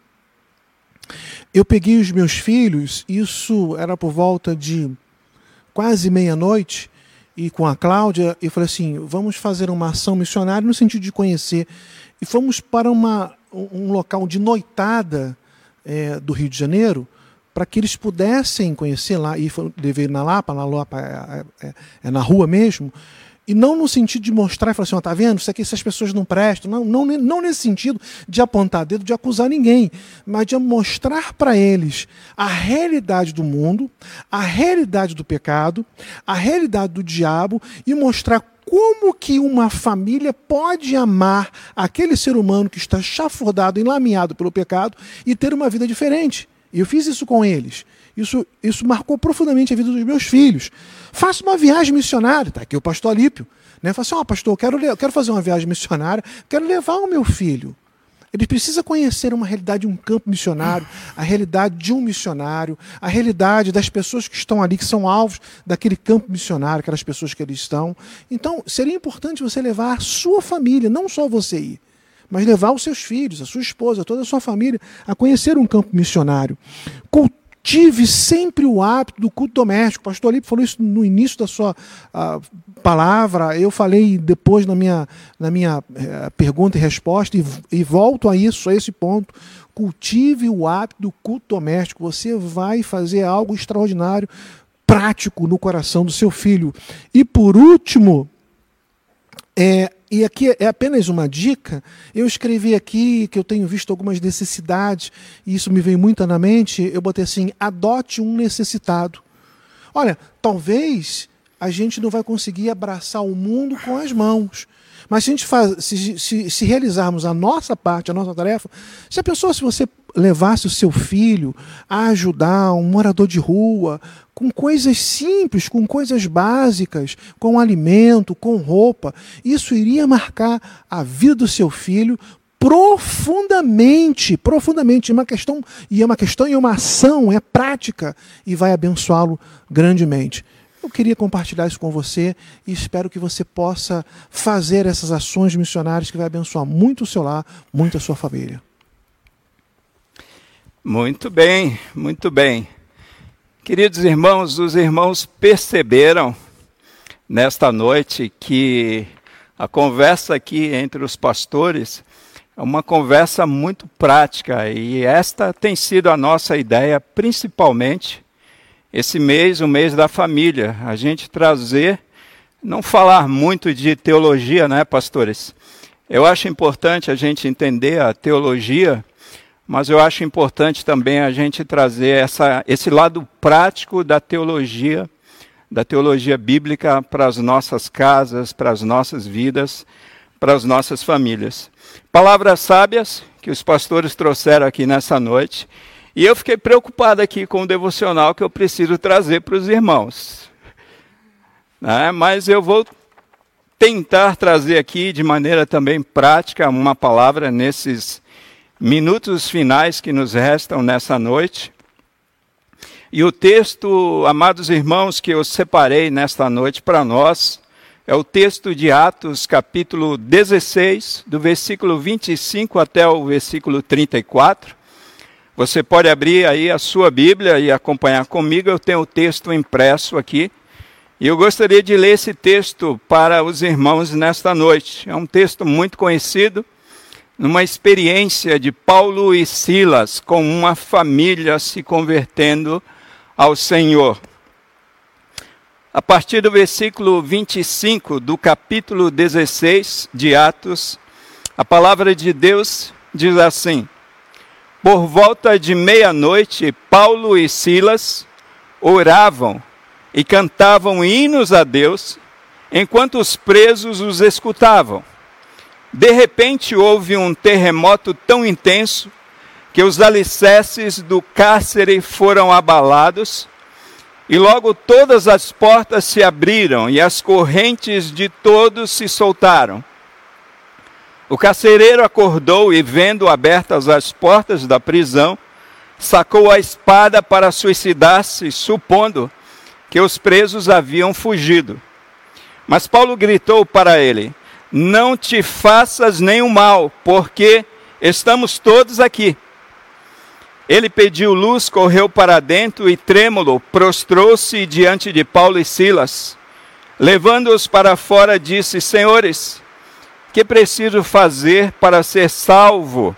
eu peguei os meus filhos, isso era por volta de quase meia-noite, e com a Cláudia, eu falei assim: vamos fazer uma ação missionária no sentido de conhecer. E fomos para uma, um local de noitada é, do Rio de Janeiro, para que eles pudessem conhecer lá, e levei na Lapa, na Lapa é, é, é na rua mesmo, e não no sentido de mostrar e falar assim: ó, tá vendo, isso aqui, essas pessoas não prestam. Não, não, não nesse sentido de apontar dedo, de acusar ninguém, mas de mostrar para eles a realidade do mundo, a realidade do pecado, a realidade do diabo, e mostrar como que uma família pode amar aquele ser humano que está chafurdado, enlameado pelo pecado, e ter uma vida diferente. E eu fiz isso com eles. Isso, isso marcou profundamente a vida dos meus filhos. Faça uma viagem missionária. Está aqui o pastor Alípio. Né? Fala assim: ó, pastor, eu quero, eu quero fazer uma viagem missionária, quero levar o meu filho. Ele precisa conhecer uma realidade de um campo missionário, a realidade de um missionário, a realidade das pessoas que estão ali, que são alvos daquele campo missionário, aquelas pessoas que ali estão. Então, seria importante você levar a sua família, não só você ir, mas levar os seus filhos, a sua esposa, toda a sua família a conhecer um campo missionário. Cultive sempre o hábito do culto doméstico. O pastor Alípio falou isso no início da sua uh, palavra, eu falei depois na minha, na minha uh, pergunta e resposta, e, e volto a isso, a esse ponto. Cultive o hábito do culto doméstico. Você vai fazer algo extraordinário, prático no coração do seu filho. E por último, é, e aqui é apenas uma dica, eu escrevi aqui que eu tenho visto algumas necessidades, e isso me veio muito na mente, eu botei assim: adote um necessitado. Olha, talvez a gente não vai conseguir abraçar o mundo com as mãos, Mas se, a gente faz, se, se, se realizarmos a nossa parte, a nossa tarefa, já pensou se você levasse o seu filho a ajudar um morador de rua com coisas simples, com coisas básicas, com alimento, com roupa? Isso iria marcar a vida do seu filho profundamente, profundamente. Uma questão, e é uma questão e uma ação, é prática, e vai abençoá-lo grandemente. Eu queria compartilhar isso com você e espero que você possa fazer essas ações missionárias que vai abençoar muito o seu lar, muito a sua família. Muito bem, muito bem. Queridos irmãos, os irmãos perceberam nesta noite que a conversa aqui entre os pastores é uma conversa muito prática e esta tem sido a nossa ideia, principalmente esse mês, o mês da família. A gente trazer, não falar muito de teologia, né, pastores? Eu acho importante a gente entender a teologia, mas eu acho importante também a gente trazer essa, esse lado prático da teologia, da teologia bíblica para as nossas casas, para as nossas vidas, para as nossas famílias. Palavras sábias que os pastores trouxeram aqui nessa noite, e eu fiquei preocupado aqui com o devocional que eu preciso trazer para os irmãos. Né? Mas eu vou tentar trazer aqui de maneira também prática uma palavra nesses minutos finais que nos restam nessa noite. E o texto, amados irmãos, que eu separei nesta noite para nós, é o texto de Atos, capítulo dezesseis, do versículo vinte e cinco até o versículo trinta e quatro. Você pode abrir aí a sua Bíblia e acompanhar comigo. Eu tenho o texto impresso aqui. E eu gostaria de ler esse texto para os irmãos nesta noite. É um texto muito conhecido, numa experiência de Paulo e Silas com uma família se convertendo ao Senhor. A partir do versículo vinte e cinco do capítulo dezesseis de Atos, a palavra de Deus diz assim: por volta de meia-noite, Paulo e Silas oravam e cantavam hinos a Deus, enquanto os presos os escutavam. De repente houve um terremoto tão intenso que os alicerces do cárcere foram abalados, e logo todas as portas se abriram e as correntes de todos se soltaram. O carcereiro acordou e, vendo abertas as portas da prisão, sacou a espada para suicidar-se, supondo que os presos haviam fugido. Mas Paulo gritou para ele: não te faças nenhum mal, porque estamos todos aqui. Ele pediu luz, correu para dentro e, trêmulo, prostrou-se diante de Paulo e Silas. Levando-os para fora, disse: senhores, que preciso fazer para ser salvo?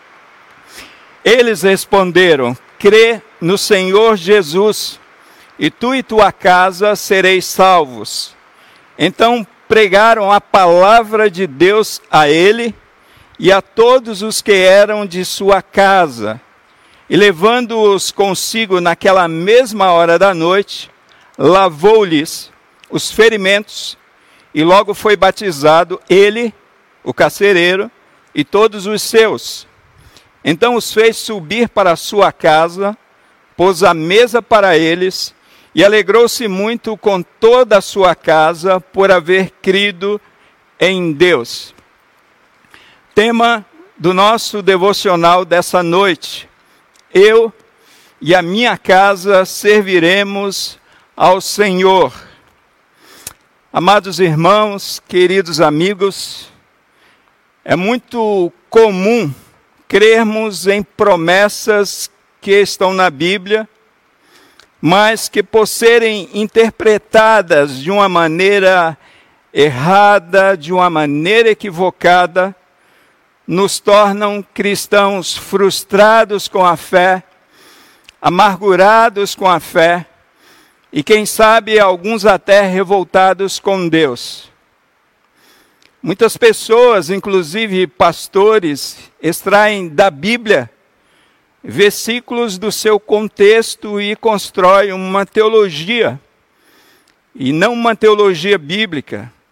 Eles responderam: crê no Senhor Jesus, e tu e tua casa sereis salvos. Então pregaram a palavra de Deus a ele e a todos os que eram de sua casa. E levando-os consigo naquela mesma hora da noite, lavou-lhes os ferimentos, e logo foi batizado ele, o carcereiro, e todos os seus. Então os fez subir para a sua casa, pôs a mesa para eles, e alegrou-se muito com toda a sua casa por haver crido em Deus. Tema do nosso devocional dessa noite: eu e a minha casa serviremos ao Senhor. Amados irmãos, queridos amigos, é muito comum crermos em promessas que estão na Bíblia, mas que, por serem interpretadas de uma maneira errada, de uma maneira equivocada, nos tornam cristãos frustrados com a fé, amargurados com a fé, e quem sabe alguns até revoltados com Deus. Muitas pessoas, inclusive pastores, extraem da Bíblia versículos do seu contexto e constroem uma teologia, e não uma teologia bíblica,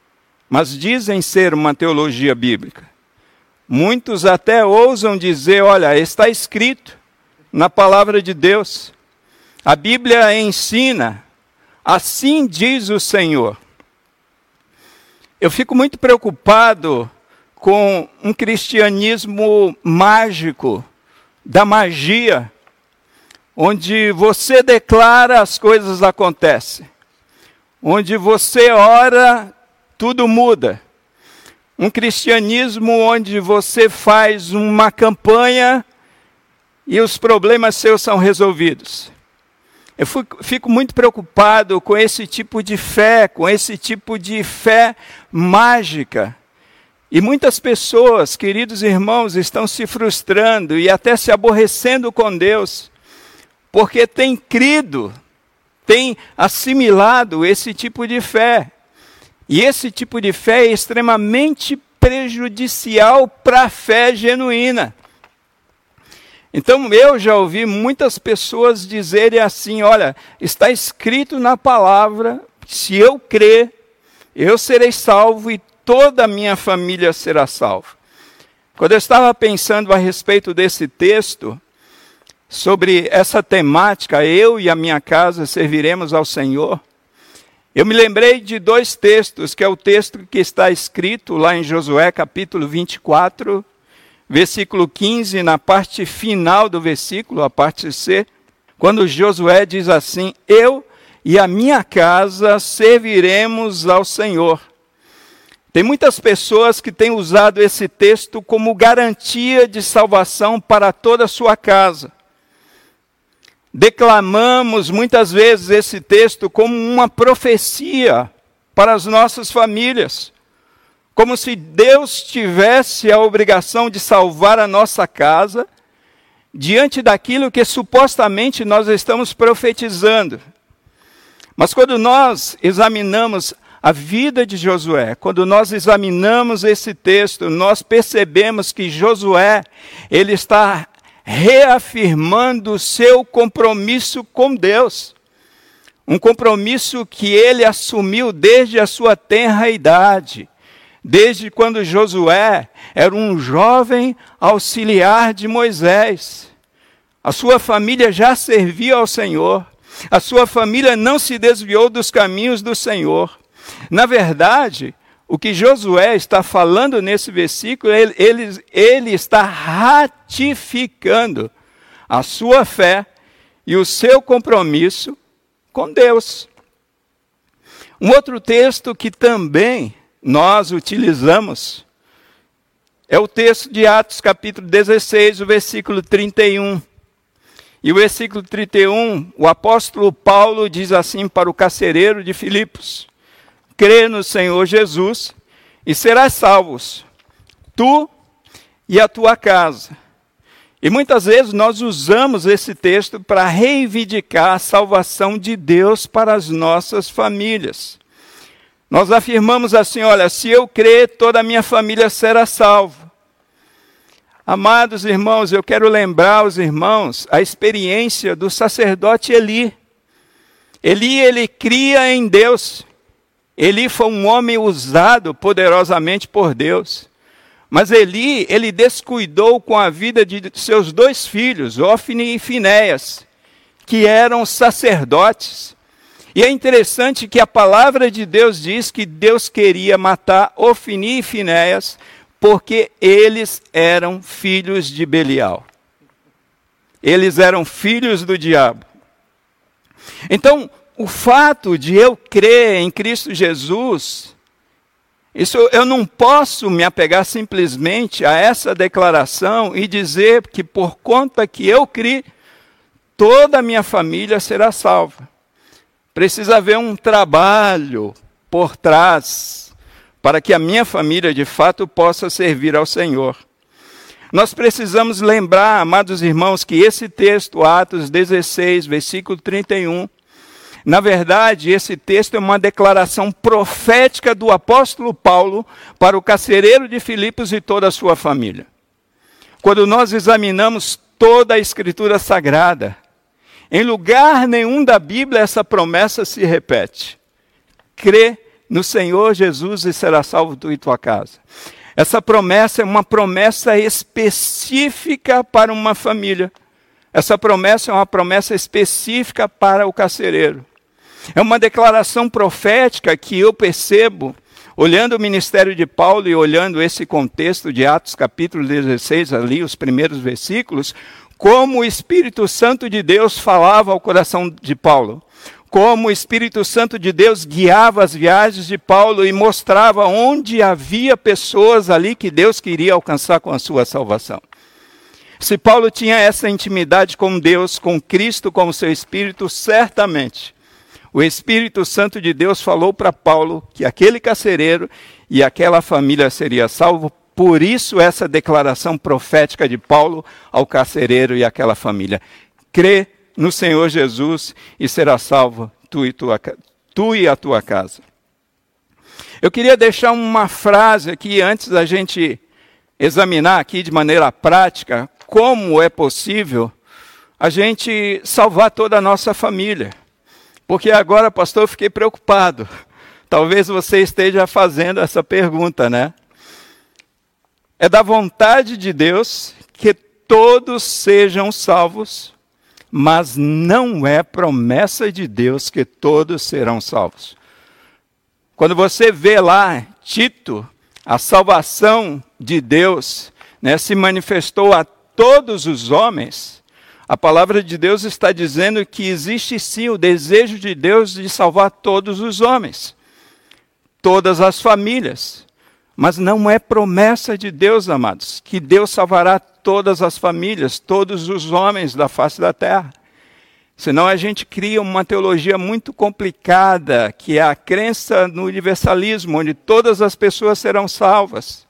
mas dizem ser uma teologia bíblica. Muitos até ousam dizer, olha, está escrito na palavra de Deus. A Bíblia ensina, assim diz o Senhor. Eu fico muito preocupado com um cristianismo mágico, da magia, onde você declara, as coisas acontecem. Onde você ora, tudo muda. Um cristianismo onde você faz uma campanha e os problemas seus são resolvidos. Eu fico muito preocupado com esse tipo de fé, com esse tipo de fé mágica. E muitas pessoas, queridos irmãos, estão se frustrando e até se aborrecendo com Deus, porque têm crido, têm assimilado esse tipo de fé. E esse tipo de fé é extremamente prejudicial para a fé genuína. Então eu já ouvi muitas pessoas dizerem assim, olha, está escrito na palavra, se eu crer, eu serei salvo e toda a minha família será salva. Quando eu estava pensando a respeito desse texto, sobre essa temática, eu e a minha casa serviremos ao Senhor, eu me lembrei de dois textos, que é o texto que está escrito lá em Josué capítulo vinte e quatro, versículo quinze, na parte final do versículo, a parte C, quando Josué diz assim, eu e a minha casa serviremos ao Senhor. Tem muitas pessoas que têm usado esse texto como garantia de salvação para toda a sua casa. Declamamos muitas vezes esse texto como uma profecia para as nossas famílias. Como se Deus tivesse a obrigação de salvar a nossa casa diante daquilo que supostamente nós estamos profetizando. Mas quando nós examinamos a vida de Josué, quando nós examinamos esse texto, nós percebemos que Josué, ele está reafirmando o seu compromisso com Deus. Um compromisso que ele assumiu desde a sua tenra idade. Desde quando Josué era um jovem auxiliar de Moisés. A sua família já servia ao Senhor. A sua família não se desviou dos caminhos do Senhor. Na verdade, o que Josué está falando nesse versículo, ele, ele, ele está ratificando a sua fé e o seu compromisso com Deus. Um outro texto que também nós utilizamos é o texto de Atos capítulo dezesseis, o versículo trinta e um. E o versículo trinta e um, o apóstolo Paulo diz assim para o carcereiro de Filipos, crê no Senhor Jesus e serás salvos, tu e a tua casa. E muitas vezes nós usamos esse texto para reivindicar a salvação de Deus para as nossas famílias. Nós afirmamos assim, olha, se eu crer, toda a minha família será salva. Amados irmãos, eu quero lembrar aos irmãos a experiência do sacerdote Eli. Eli, ele cria em Deus. Eli foi um homem usado poderosamente por Deus. Mas Eli, ele descuidou com a vida de seus dois filhos, Ofni e Finéias, que eram sacerdotes. E é interessante que a palavra de Deus diz que Deus queria matar Ofni e Finéias porque eles eram filhos de Belial. Eles eram filhos do diabo. Então, o fato de eu crer em Cristo Jesus, isso eu não posso me apegar simplesmente a essa declaração e dizer que por conta que eu criei, toda a minha família será salva. Precisa haver um trabalho por trás para que a minha família de fato possa servir ao Senhor. Nós precisamos lembrar, amados irmãos, que esse texto, Atos dezesseis, versículo trinta e um, na verdade, esse texto é uma declaração profética do apóstolo Paulo para o carcereiro de Filipos e toda a sua família. Quando nós examinamos toda a Escritura Sagrada, em lugar nenhum da Bíblia essa promessa se repete. Crê no Senhor Jesus e será salvo tu e tua casa. Essa promessa é uma promessa específica para uma família. Essa promessa é uma promessa específica para o carcereiro. É uma declaração profética que eu percebo, olhando o ministério de Paulo e olhando esse contexto de Atos capítulo dezesseis, ali os primeiros versículos, como o Espírito Santo de Deus falava ao coração de Paulo. Como o Espírito Santo de Deus guiava as viagens de Paulo e mostrava onde havia pessoas ali que Deus queria alcançar com a sua salvação. Se Paulo tinha essa intimidade com Deus, com Cristo como seu Espírito, certamente o Espírito Santo de Deus falou para Paulo que aquele carcereiro e aquela família seria salvo. Por isso essa declaração profética de Paulo ao carcereiro e àquela família. Crê no Senhor Jesus e será salvo tu e, tua, tu e a tua casa. Eu queria deixar uma frase aqui antes da gente examinar aqui de maneira prática como é possível a gente salvar toda a nossa família. Porque agora, pastor, eu fiquei preocupado. Talvez você esteja fazendo essa pergunta, né? É da vontade de Deus que todos sejam salvos, mas não é promessa de Deus que todos serão salvos. Quando você vê lá, Tito, a salvação de Deus, né, se manifestou a todos os homens, a palavra de Deus está dizendo que existe sim o desejo de Deus de salvar todos os homens, todas as famílias. Mas não é promessa de Deus, amados, que Deus salvará todas as famílias, todos os homens da face da terra. Senão a gente cria uma teologia muito complicada, que é a crença no universalismo, onde todas as pessoas serão salvas.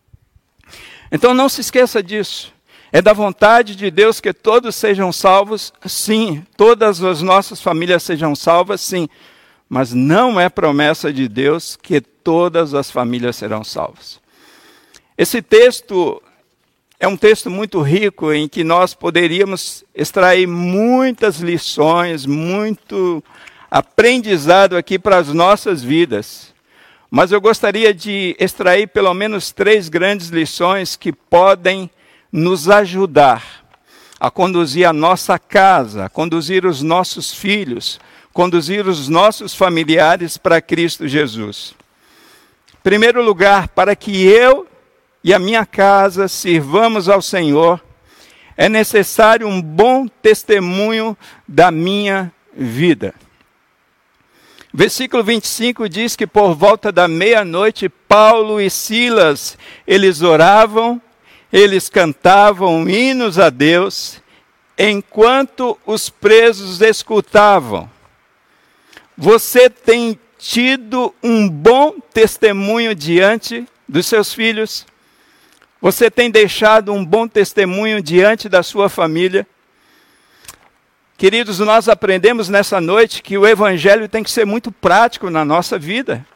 Então não se esqueça disso. É da vontade de Deus que todos sejam salvos, sim. Todas as nossas famílias sejam salvas, sim. Mas não é promessa de Deus que todas as famílias serão salvas. Esse texto é um texto muito rico em que nós poderíamos extrair muitas lições, muito aprendizado aqui para as nossas vidas. Mas eu gostaria de extrair pelo menos três grandes lições que podem nos ajudar a conduzir a nossa casa, a conduzir os nossos filhos, conduzir os nossos familiares para Cristo Jesus. Em primeiro lugar, para que eu e a minha casa sirvamos ao Senhor, é necessário um bom testemunho da minha vida. Versículo vinte e cinco diz que por volta da meia-noite, Paulo e Silas, eles oravam, eles cantavam hinos a Deus, enquanto os presos escutavam. Você tem tido um bom testemunho diante dos seus filhos? Você tem deixado um bom testemunho diante da sua família? Queridos, nós aprendemos nessa noite que o evangelho tem que ser muito prático na nossa vida.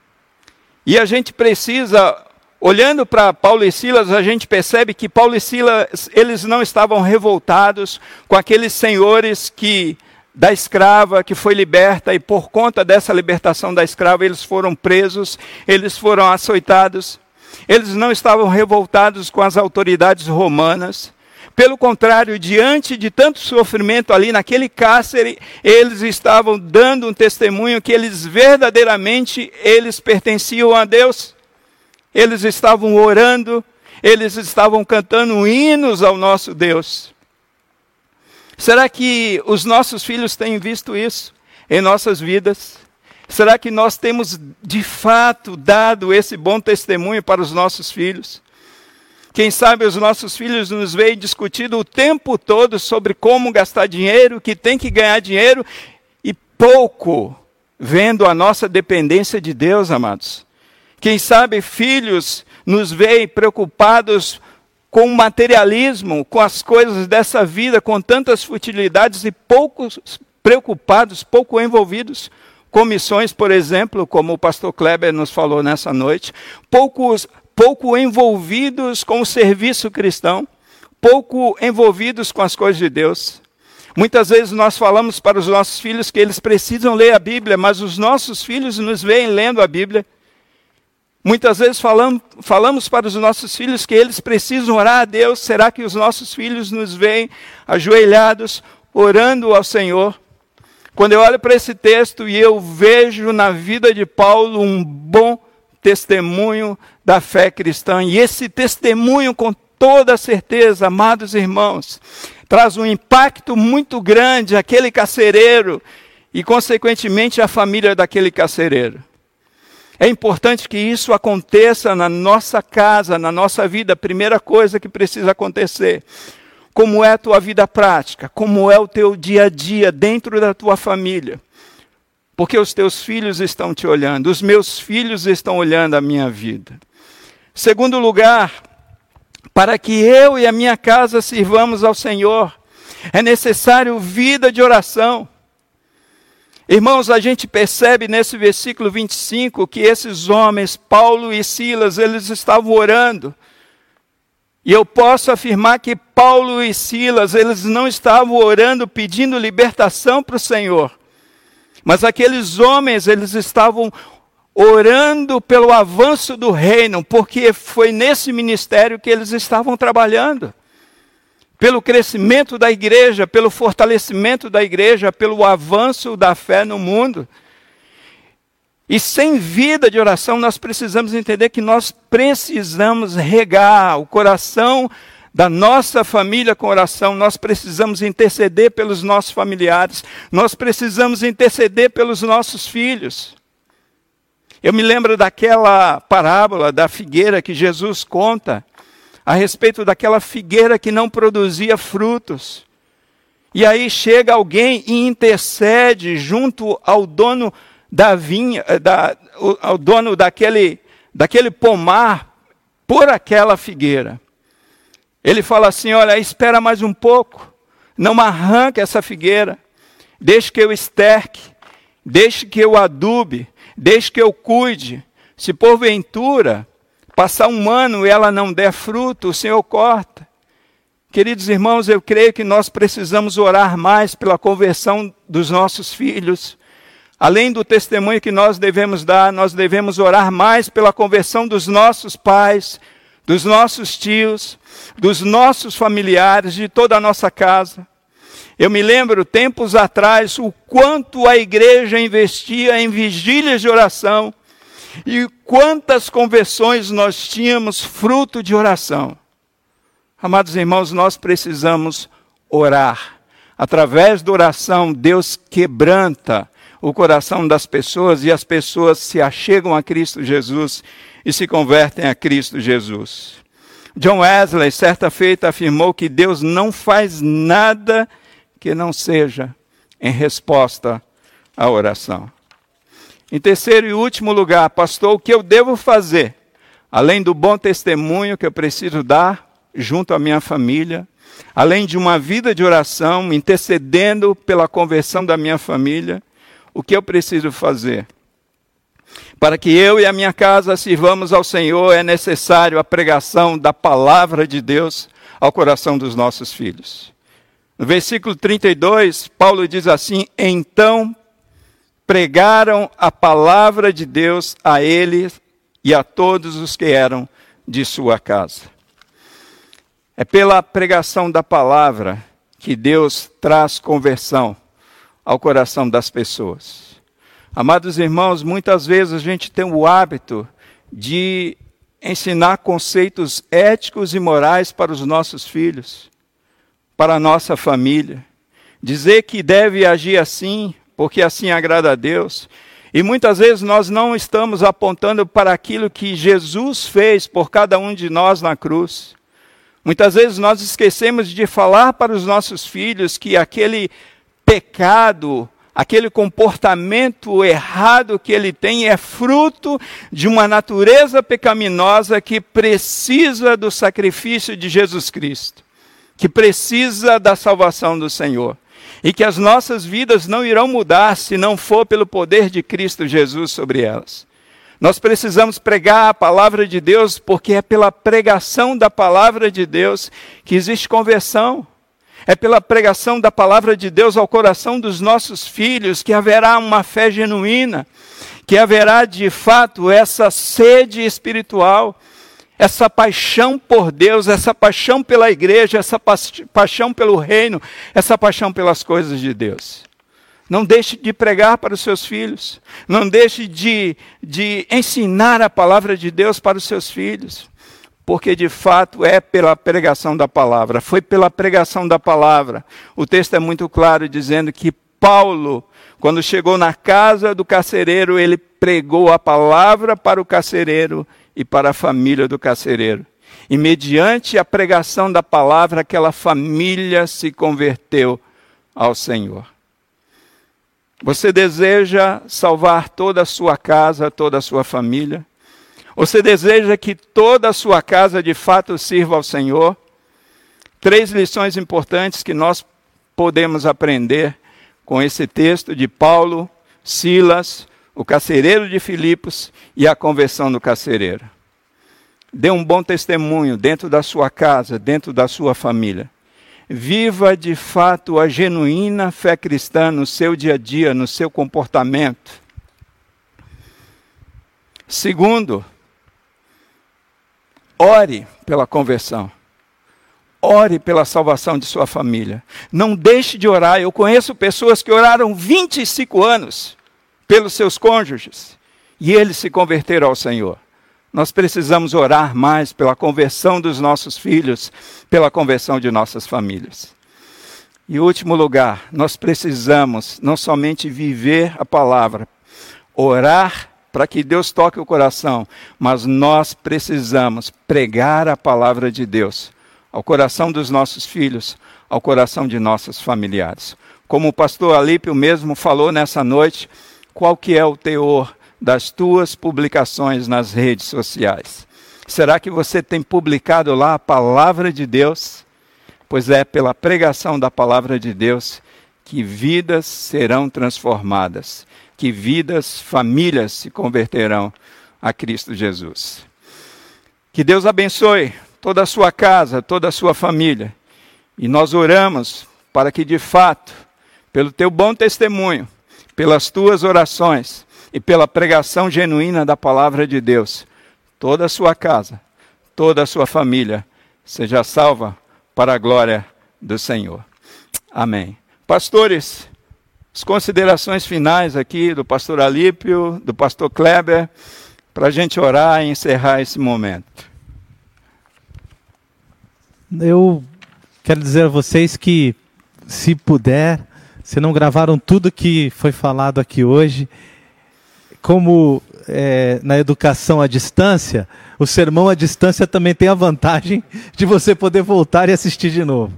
E a gente precisa, olhando para Paulo e Silas, a gente percebe que Paulo e Silas, eles não estavam revoltados com aqueles senhores que da escrava que foi liberta, e por conta dessa libertação da escrava, eles foram presos, eles foram açoitados. Eles não estavam revoltados com as autoridades romanas. Pelo contrário, diante de tanto sofrimento ali naquele cárcere, eles estavam dando um testemunho que eles verdadeiramente, eles pertenciam a Deus. Eles estavam orando, eles estavam cantando hinos ao nosso Deus. Será que os nossos filhos têm visto isso em nossas vidas? Será que nós temos de fato dado esse bom testemunho para os nossos filhos? Quem sabe os nossos filhos nos veem discutindo o tempo todo sobre como gastar dinheiro, que tem que ganhar dinheiro, e pouco vendo a nossa dependência de Deus, amados. Quem sabe filhos nos veem preocupados com o materialismo, com as coisas dessa vida, com tantas futilidades e poucos preocupados, pouco envolvidos com missões, por exemplo, como o pastor Kleber nos falou nessa noite, poucos, pouco envolvidos com o serviço cristão, pouco envolvidos com as coisas de Deus. Muitas vezes nós falamos para os nossos filhos que eles precisam ler a Bíblia, mas os nossos filhos nos veem lendo a Bíblia. Muitas vezes falamos, falamos para os nossos filhos que eles precisam orar a Deus. Será que os nossos filhos nos veem ajoelhados, orando ao Senhor? Quando eu olho para esse texto e eu vejo na vida de Paulo um bom testemunho da fé cristã, e esse testemunho, com toda certeza, amados irmãos, traz um impacto muito grande àquele carcereiro e, consequentemente, à família daquele carcereiro. É importante que isso aconteça na nossa casa, na nossa vida. A primeira coisa que precisa acontecer: como é a tua vida prática, como é o teu dia a dia dentro da tua família. Porque os teus filhos estão te olhando, os meus filhos estão olhando a minha vida. Segundo lugar, para que eu e a minha casa sirvamos ao Senhor, é necessário vida de oração. Irmãos, a gente percebe nesse versículo vinte e cinco que esses homens, Paulo e Silas, eles estavam orando. E eu posso afirmar que Paulo e Silas, eles não estavam orando pedindo libertação para o Senhor. Mas aqueles homens, eles estavam orando pelo avanço do reino, porque foi nesse ministério que eles estavam trabalhando. Pelo crescimento da igreja, pelo fortalecimento da igreja, pelo avanço da fé no mundo. E sem vida de oração, nós precisamos entender que nós precisamos regar o coração da nossa família com oração. Nós precisamos interceder pelos nossos familiares. Nós precisamos interceder pelos nossos filhos. Eu me lembro daquela parábola da figueira que Jesus conta a respeito daquela figueira que não produzia frutos. E aí chega alguém e intercede junto ao dono da vinha, da, ao dono daquele, daquele pomar, por aquela figueira. Ele fala assim: olha, espera mais um pouco, não arranque essa figueira, deixe que eu esterque, deixe que eu adube, deixe que eu cuide. Se porventura passar um ano e ela não der fruto, o Senhor corta. Queridos irmãos, eu creio que nós precisamos orar mais pela conversão dos nossos filhos. Além do testemunho que nós devemos dar, nós devemos orar mais pela conversão dos nossos pais, dos nossos tios, dos nossos familiares, de toda a nossa casa. Eu me lembro, tempos atrás, o quanto a igreja investia em vigílias de oração e quantas conversões nós tínhamos fruto de oração. Amados irmãos, nós precisamos orar. Através da oração, Deus quebranta o coração das pessoas e as pessoas se achegam a Cristo Jesus e se convertem a Cristo Jesus. John Wesley, certa feita, afirmou que Deus não faz nada que não seja em resposta à oração. Em terceiro e último lugar, pastor, o que eu devo fazer, além do bom testemunho que eu preciso dar junto à minha família, além de uma vida de oração, intercedendo pela conversão da minha família, o que eu preciso fazer? Para que eu e a minha casa sirvamos ao Senhor, é necessário a pregação da palavra de Deus ao coração dos nossos filhos. No versículo trinta e dois, Paulo diz assim: então pregaram a palavra de Deus a ele e a todos os que eram de sua casa. É pela pregação da palavra que Deus traz conversão ao coração das pessoas. Amados irmãos, muitas vezes a gente tem o hábito de ensinar conceitos éticos e morais para os nossos filhos, para a nossa família. Dizer que deve agir assim, porque assim agrada a Deus. E muitas vezes nós não estamos apontando para aquilo que Jesus fez por cada um de nós na cruz. Muitas vezes nós esquecemos de falar para os nossos filhos que aquele pecado, aquele comportamento errado que ele tem é fruto de uma natureza pecaminosa que precisa do sacrifício de Jesus Cristo, que precisa da salvação do Senhor. E que as nossas vidas não irão mudar se não for pelo poder de Cristo Jesus sobre elas. Nós precisamos pregar a palavra de Deus, porque é pela pregação da palavra de Deus que existe conversão. É pela pregação da palavra de Deus ao coração dos nossos filhos que haverá uma fé genuína, que haverá de fato essa sede espiritual, essa paixão por Deus, essa paixão pela igreja, essa pa- paixão pelo reino, essa paixão pelas coisas de Deus. Não deixe de pregar para os seus filhos, não deixe de, de ensinar a palavra de Deus para os seus filhos, porque de fato é pela pregação da palavra, foi pela pregação da palavra. O texto é muito claro dizendo que Paulo, quando chegou na casa do carcereiro, ele pregou a palavra para o carcereiro e para a família do carcereiro. E mediante a pregação da palavra, aquela família se converteu ao Senhor. Você deseja salvar toda a sua casa, toda a sua família? Você deseja que toda a sua casa de fato sirva ao Senhor? Três lições importantes que nós podemos aprender com esse texto de Paulo, Silas, o carcereiro de Filipos e a conversão do carcereiro. Dê um bom testemunho dentro da sua casa, dentro da sua família. Viva de fato a genuína fé cristã no seu dia a dia, no seu comportamento. Segundo, ore pela conversão. Ore pela salvação de sua família. Não deixe de orar. Eu conheço pessoas que oraram vinte e cinco anos pelos seus cônjuges e eles se converteram ao Senhor. Nós precisamos orar mais pela conversão dos nossos filhos, pela conversão de nossas famílias. E em último lugar, nós precisamos não somente viver a palavra, orar para que Deus toque o coração, mas nós precisamos pregar a palavra de Deus ao coração dos nossos filhos, ao coração de nossos familiares. Como o pastor Alípio mesmo falou nessa noite, qual que é o teor das tuas publicações nas redes sociais? Será que você tem publicado lá a palavra de Deus? Pois é pela pregação da palavra de Deus que vidas serão transformadas, que vidas, famílias se converterão a Cristo Jesus. Que Deus abençoe toda a sua casa, toda a sua família. E nós oramos para que de fato, pelo teu bom testemunho, pelas tuas orações, e pela pregação genuína da palavra de Deus, toda a sua casa, toda a sua família seja salva para a glória do Senhor. Amém. Pastores, as considerações finais aqui do pastor Alípio, do pastor Kleber, para a gente orar e encerrar esse momento. Eu quero dizer a vocês que, se puder, se não gravaram tudo que foi falado aqui hoje, como é, na educação à distância, o sermão à distância também tem a vantagem de você poder voltar e assistir de novo.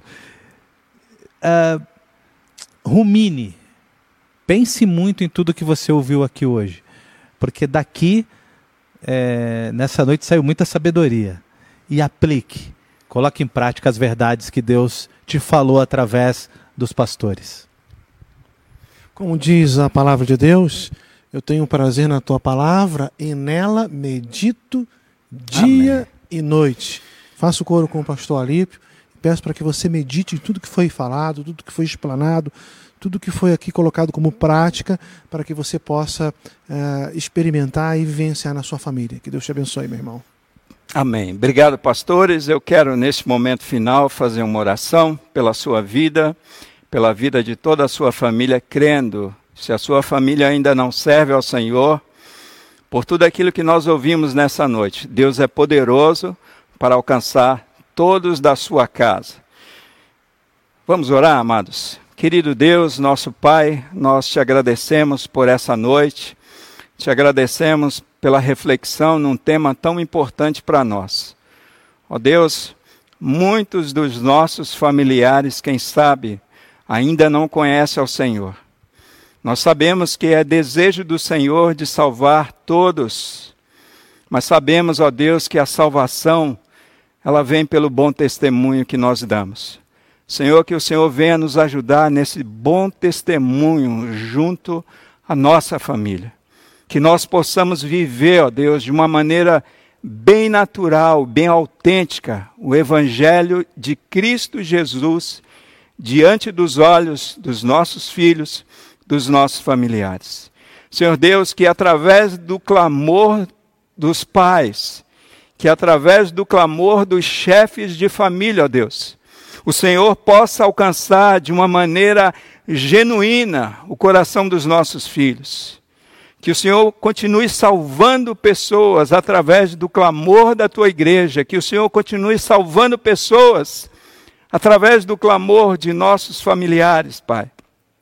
Uh, rumine, pense muito em tudo que você ouviu aqui hoje, porque daqui, é, nessa noite, saiu muita sabedoria. E aplique, coloque em prática as verdades que Deus te falou através dos pastores. Como diz a palavra de Deus, eu tenho prazer na tua palavra e nela medito dia Amém. E noite. Faço coro com o pastor Alípio. Peço para que você medite em tudo que foi falado, tudo que foi explanado, tudo que foi aqui colocado como prática, para que você possa uh, experimentar e vivenciar na sua família. Que Deus te abençoe, meu irmão. Amém. Obrigado, pastores. Eu quero, neste momento final, fazer uma oração pela sua vida, pela vida de toda a sua família, crendo. Se a sua família ainda não serve ao Senhor, por tudo aquilo que nós ouvimos nessa noite, Deus é poderoso para alcançar todos da sua casa. Vamos orar, amados? Querido Deus, nosso Pai, nós te agradecemos por essa noite, te agradecemos pela reflexão num tema tão importante para nós. Ó Deus, muitos dos nossos familiares, quem sabe, ainda não conhecem ao Senhor. Nós sabemos que é desejo do Senhor de salvar todos, mas sabemos, ó Deus, que a salvação, ela vem pelo bom testemunho que nós damos. Senhor, que o Senhor venha nos ajudar nesse bom testemunho junto à nossa família. Que nós possamos viver, ó Deus, de uma maneira bem natural, bem autêntica, o Evangelho de Cristo Jesus, diante dos olhos dos nossos filhos, dos nossos familiares. Senhor Deus, que através do clamor dos pais, que através do clamor dos chefes de família, ó Deus, o Senhor possa alcançar de uma maneira genuína o coração dos nossos filhos. Que o Senhor continue salvando pessoas através do clamor da tua igreja. Que o Senhor continue salvando pessoas através do clamor de nossos familiares, Pai.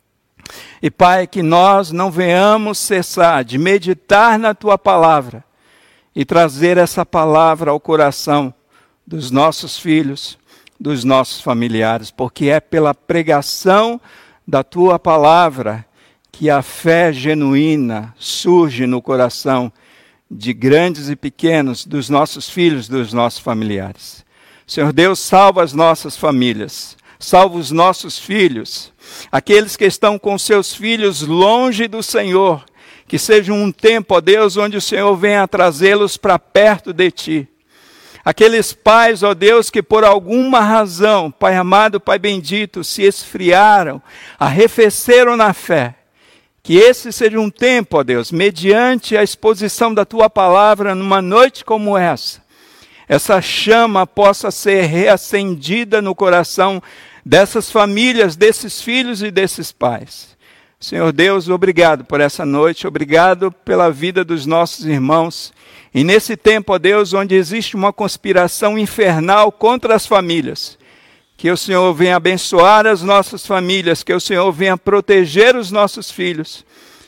E, Pai, que nós não venhamos cessar de meditar na tua palavra e trazer essa palavra ao coração dos nossos filhos, dos nossos familiares, porque é pela pregação da tua palavra que a fé genuína surge no coração de grandes e pequenos, dos nossos filhos, dos nossos familiares. Senhor Deus, salva as nossas famílias, salva os nossos filhos, aqueles que estão com seus filhos longe do Senhor, que seja um tempo, ó Deus, onde o Senhor venha trazê-los para perto de Ti. Aqueles pais, ó Deus, que por alguma razão, Pai amado, Pai bendito, se esfriaram, arrefeceram na fé, que esse seja um tempo, ó Deus, mediante a exposição da Tua palavra numa noite como essa, essa chama possa ser reacendida no coração dessas famílias, desses filhos e desses pais. Senhor Deus, obrigado por essa noite, obrigado pela vida dos nossos irmãos. E nesse tempo, ó Deus, onde existe uma conspiração infernal contra as famílias, que o Senhor venha abençoar as nossas famílias, que o Senhor venha proteger os nossos filhos,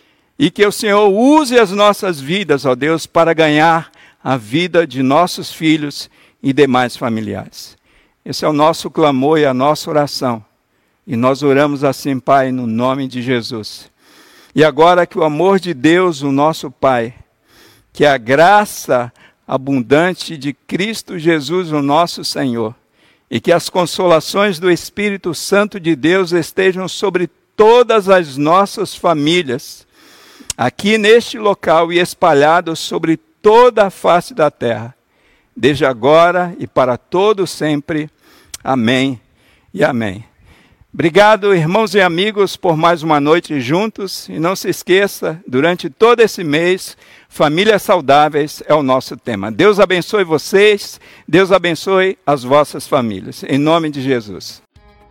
e que o Senhor use as nossas vidas, ó Deus, para ganhar a vida de nossos filhos e demais familiares. Esse é o nosso clamor e a nossa oração. E nós oramos assim, Pai, no nome de Jesus. E agora que o amor de Deus, o nosso Pai, que a graça abundante de Cristo Jesus, o nosso Senhor, e que as consolações do Espírito Santo de Deus estejam sobre todas as nossas famílias, aqui neste local e espalhados sobre toda a face da terra, desde agora e para todo sempre. Amém e amém. Obrigado, irmãos e amigos, por mais uma noite juntos. E não se esqueça, durante todo esse mês, famílias saudáveis é o nosso tema. Deus abençoe vocês, Deus abençoe as vossas famílias. Em nome de Jesus.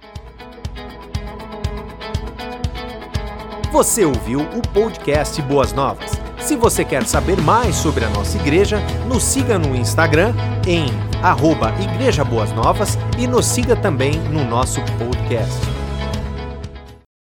Você ouviu o podcast Boas Novas. Se você quer saber mais sobre a nossa igreja, nos siga no Instagram em arroba Igreja Boas Novas e nos siga também no nosso podcast.